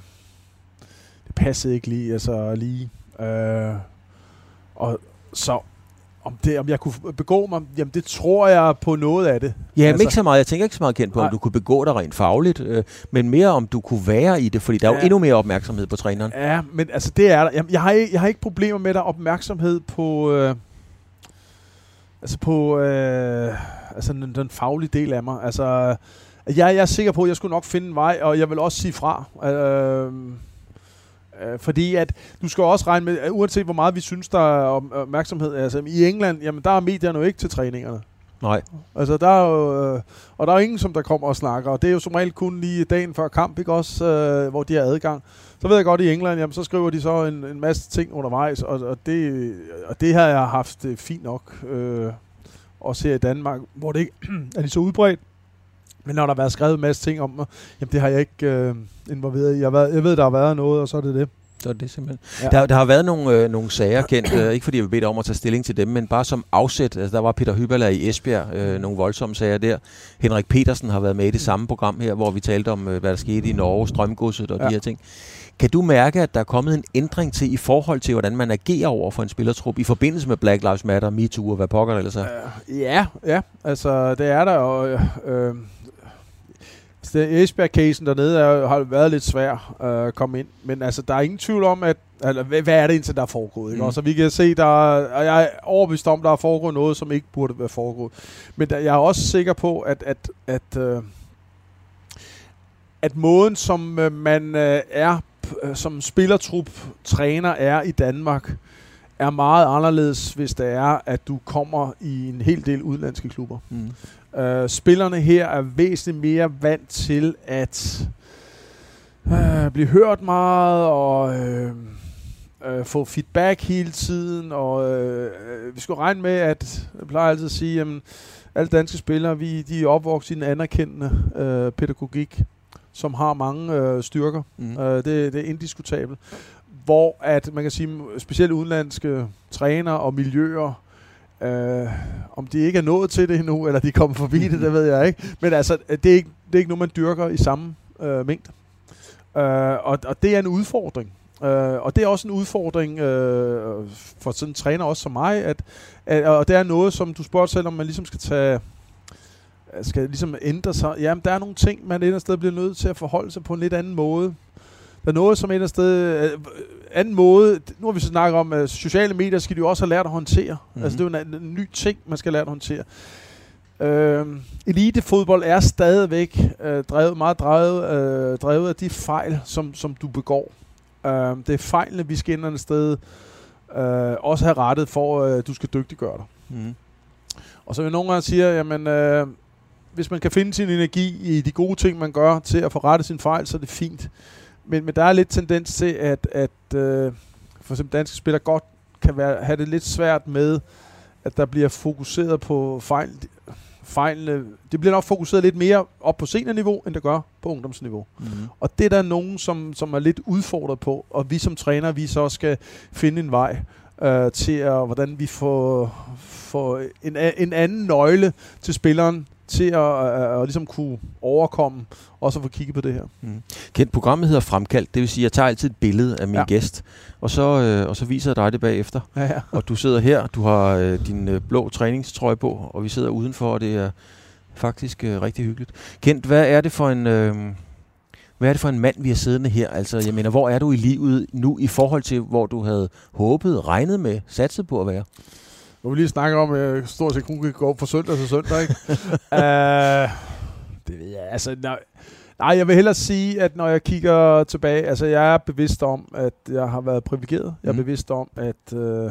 det passede ikke lige. Altså lige. Uh, og så om, det, om jeg kunne begå mig, jamen det tror jeg på noget af det. Ja, altså, ikke så meget. Jeg tænker ikke så meget kendt på, nej. om du kunne begå dig rent fagligt, øh, men mere om du kunne være i det, fordi der ja. er jo endnu mere opmærksomhed på træneren. Ja, men altså det er der. Jamen, jeg, har ikke, jeg har ikke problemer med der opmærksomhed på, øh, altså på øh, altså den, den faglige del af mig. Altså, jeg, jeg er sikker på, at jeg skulle nok finde en vej, og jeg vil også sige fra. Øh, Øh, fordi at du skal også regne med, uanset hvor meget vi synes, der er opmærksomhed, altså i England, jamen der er medierne jo ikke til træningerne. Nej. Altså der er jo, øh, og der er jo ingen, som der kommer og snakker, og det er jo som regel kun lige dagen før kamp, ikke også, øh, hvor de har adgang. Så ved jeg godt, i England, jamen så skriver de så en, en masse ting undervejs, og, og, det, og det har jeg haft øh, fint nok, øh, også her i Danmark, hvor det ikke er lige så udbredt. Men når der har været skrevet en masse ting om mig, jamen det har jeg ikke øh, involveret i. Jeg, jeg ved, der har været noget, og så er det det. Så er det simpelthen. Ja. Der, der har været nogle, øh, nogle sager kendt, øh, ikke fordi jeg vil bede dig om at tage stilling til dem, men bare som afsæt. Altså, der var Peter Hyballa i Esbjerg, øh, nogle voldsomme sager der. Henrik Petersen har været med i det samme program her, hvor vi talte om, øh, hvad der skete i Norge, Strømgodset og ja. de her ting. Kan du mærke, at der er kommet en ændring til i forhold til, hvordan man agerer over for en spillertrup i forbindelse med Black Lives Matter, MeToo og hvad pokker der ellers er? Uh, ja, ja. Altså, det er der, og øh, Esbjerg-casen dernede er, har været lidt svær at øh, komme ind, men altså, der er ingen tvivl om, at altså, hvad, hvad er det indtil der er foregået? Ikke? Mm. Og så vi kan se, der er, og jeg er overbevist om, der er foregået noget, som ikke burde være foregået. Men der, jeg er også sikker på, at at, at, øh, at måden, som øh, man øh, er, øh, som spillertrup, træner er i Danmark, er meget anderledes, hvis det er, at du kommer i en hel del udenlandske klubber. Mm. Uh, spillerne her er væsentligt mere vant til at uh, blive hørt meget og uh, uh, få feedback hele tiden. Og uh, vi skal regne med, at jeg plejer altid at sige, at alle danske spillere, vi, de er opvokset i en anerkendende uh, pædagogik, som har mange uh, styrker. Mm. Uh, det, det er indiskutabelt. Hvor at man kan sige, specielt udenlandske trænere og miljøer, øh, om de ikke er nået til det endnu, eller de kommer forbi det, det ved jeg ikke. Men altså, det er ikke, det er ikke noget, man dyrker i samme øh, mængde. Øh, og, og det er en udfordring. Øh, og det er også en udfordring øh, for sådan en træner også som mig, at, at, og det er noget, som du spørger selv, om man ligesom skal tage, skal ligesom ændre sig. Jamen, der er nogle ting, man et eller andet sted bliver nødt til at forholde sig på en lidt anden måde. Der er noget, som et eller andet sted, øh, anden måde, nu har vi så snakket om, at sociale medier skal de jo også have lært at håndtere. Mm-hmm. Altså det er jo en, en ny ting, man skal lære at håndtere. Øh, elitefodbold er stadigvæk øh, drevet, meget drevet, øh, drevet af de fejl, som, som du begår. Øh, det er fejlene, vi skal et eller andet sted øh, også have rettet for, at øh, du skal dygtiggøre dig. Mm-hmm. Og så vil nogle gange sige, jamen, øh, hvis man kan finde sin energi i de gode ting, man gør til at få rettet sin fejl, så er det fint. men, men der er lidt tendens til, at, at øh, for eksempel danske spillere godt kan være, have det lidt svært med, at der bliver fokuseret på fejl. Fejlene, det bliver nok fokuseret lidt mere op på seniorniveau, end det gør på ungdomsniveau. Mm-hmm. Og det er der nogen, som, som er lidt udfordret på, og vi som træner, vi så skal finde en vej øh, til, at, hvordan vi får, får en, en anden nøgle til spilleren, til at, at, at ligesom kunne overkomme, og så få kigget på det her. Mm. Kent, programmet hedder Fremkaldt, det vil sige, at jeg tager altid et billede af min ja. gæst, og så, øh, og så viser jeg dig det bagefter. Ja, ja. Og du sidder her, du har øh, din øh, blå træningstrøje på, og vi sidder udenfor, og det er faktisk øh, rigtig hyggeligt. Kent, hvad er det for en... Øh, Hvad er det for en mand, vi har siddende her? Altså, jeg mener, hvor er du i livet nu i forhold til, hvor du havde håbet, regnet med, satset på at være? Nu vil lige snakke om, at jeg stort set kun kan gå op fra søndag til søndag, ikke? uh, det ved jeg, altså... Nej, nej, jeg vil hellere sige, at når jeg kigger tilbage, altså jeg er bevidst om, at jeg har været privilegeret. Jeg er mm. bevidst om, at... Uh,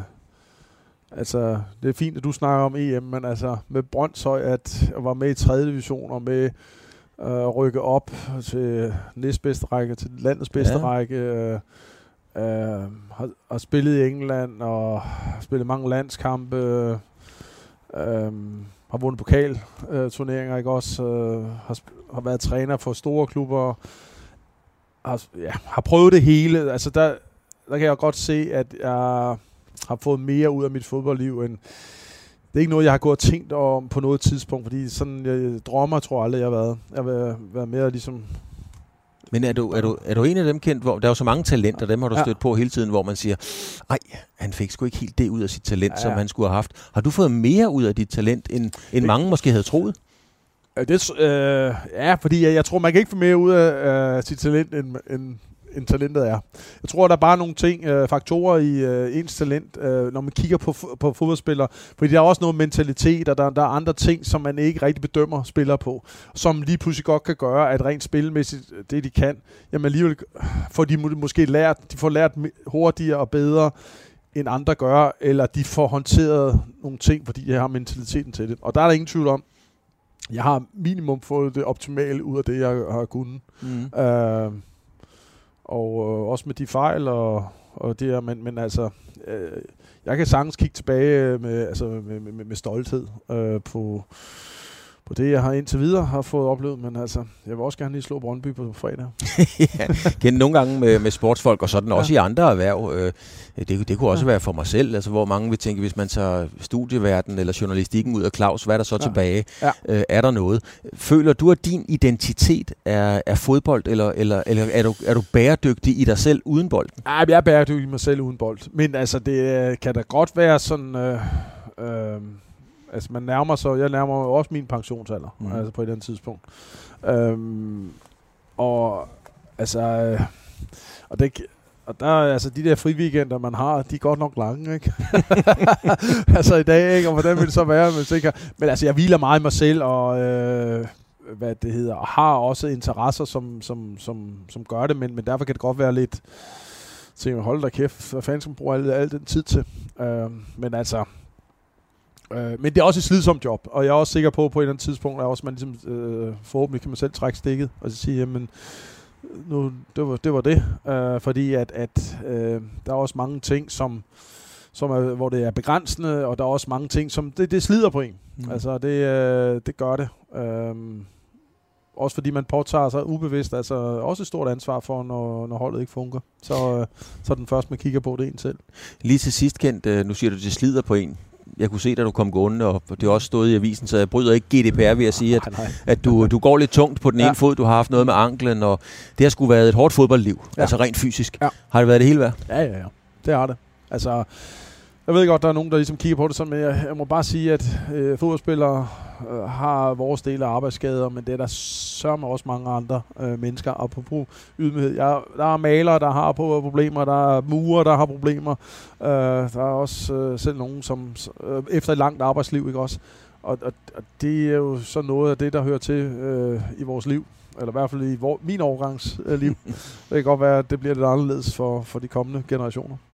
altså, det er fint, at du snakker om E M, men altså med Brøndshøj, at jeg var med i tredje division og med... Uh, rykke op til næstbedste række, til landets bedste ja. række. Uh, uh, har, har spillet i England og har spillet mange landskampe. Uh, har vundet pokalturneringer, ikke også? Uh, har, sp- har været træner for store klubber. Har, ja, har prøvet det hele. Altså der, der kan jeg godt se, at jeg har fået mere ud af mit fodboldliv end... Det er ikke noget, jeg har gået og tænkt om på noget tidspunkt, fordi sådan, jeg drømmer, tror jeg aldrig, jeg har været. Jeg vil være mere ligesom... Men er du, er, du, er du en af dem kendt, hvor der er jo så mange talenter, dem har du ja. stødt på hele tiden, hvor man siger, ej, han fik sgu ikke helt det ud af sit talent, ja, ja. som han skulle have haft. Har du fået mere ud af dit talent, end, end mange måske havde troet? Det, øh, ja, fordi jeg, jeg tror, man kan ikke få mere ud af øh, sit talent, end, end, end talentet er. Jeg tror, der er bare nogle ting, øh, faktorer i øh, ens talent, øh, når man kigger på, på fodboldspillere. Fordi der er også noget mentalitet, og der, der er andre ting, som man ikke rigtig bedømmer spillere på, som lige pludselig godt kan gøre, at rent spilmæssigt, det de kan, jamen alligevel får de må, måske lært, de får lært hurtigere og bedre, end andre gør, eller de får håndteret nogle ting, fordi de har mentaliteten til det. Og der er der ingen tvivl om, jeg har minimum fået det optimale ud af det, jeg har kunnet. Mm. Øh, og øh, også med de fejl og, og det her, men, men altså, øh, jeg kan sagtens kigge tilbage med, altså, med, med, med stolthed øh, på, på det, jeg har indtil videre har fået oplevet, men altså, jeg vil også gerne lige slå Brøndby på fredag. Ja, kender nogle gange med, med sportsfolk og sådan, ja. også i andre erhverv. Øh, det, det kunne også ja. være for mig selv, altså hvor mange vil tænke, hvis man tager studieverden eller journalistikken ud af Claus, hvad er der så ja. tilbage? Ja. Øh, er der noget? Føler du, at din identitet er, er fodbold, eller, eller, eller er, du, er du bæredygtig i dig selv uden bolden? Ja, jeg er bæredygtig i mig selv uden bold, men altså, det kan da godt være sådan... Øh, øh, Altså man nærmer sig, jeg nærmer mig også min pensionsalder, mm. altså på et eller andet tidspunkt. Øhm, og altså, øh, og, det, og der altså de der friweekender man har, de er godt nok lange, ikke? altså i dag, ikke? Og hvordan vil det så være, hvis ikke? Men altså jeg hviler meget i mig selv og øh, hvad det hedder, og har også interesser som som som som gør det, men men derfor kan det godt være lidt. Så hold da kæft, hvad fanden skal man bruge al, al den tid til? Øhm, men altså. Øh, men det er også et slidsomt job, og jeg er også sikker på, på et eller andet tidspunkt, at også man ligesom, øh, forhåbentlig kan man selv trække stikket, og så sige, jamen, nu, det var det, var det. Øh, fordi at, at øh, der er også mange ting, som, som er, hvor det er begrænsende, og der er også mange ting, som det, det slider på en. Mm. Altså, det, øh, det gør det. Øh, også fordi man påtager sig ubevidst, altså også et stort ansvar for, når, når holdet ikke fungerer. Så, øh, så er den første, man kigger på, det en selv. Lige til sidst, Kent, øh, nu siger du, det slider på en. Jeg kunne se, da du kom gående, og det er også stået i avisen, så jeg bryder ikke G D P R ved at sige, at, nej, nej. at du, du går lidt tungt på den ja. ene fod, du har haft noget med anklen, og det har sgu været et hårdt fodboldliv, ja. altså rent fysisk. Ja. Har det været det hele værd? Ja, ja, ja. Det har det. Altså, jeg ved godt, der er nogen, der ligesom kigger på det sådan, men jeg, jeg må bare sige, at øh, fodboldspillere øh, har vores del af arbejdsskader, men det er der sørger også mange andre øh, mennesker, apropos ydmyghed. Jeg, der er malere, der har problemer, der er murer, der har problemer. Øh, der er også øh, selv nogen, som øh, efter et langt arbejdsliv, ikke også? Og, og, og det er jo så noget af det, der hører til øh, i vores liv. Eller i hvert fald i vor, min årgangs øh, liv. Det kan godt være, at det bliver lidt anderledes for, for de kommende generationer.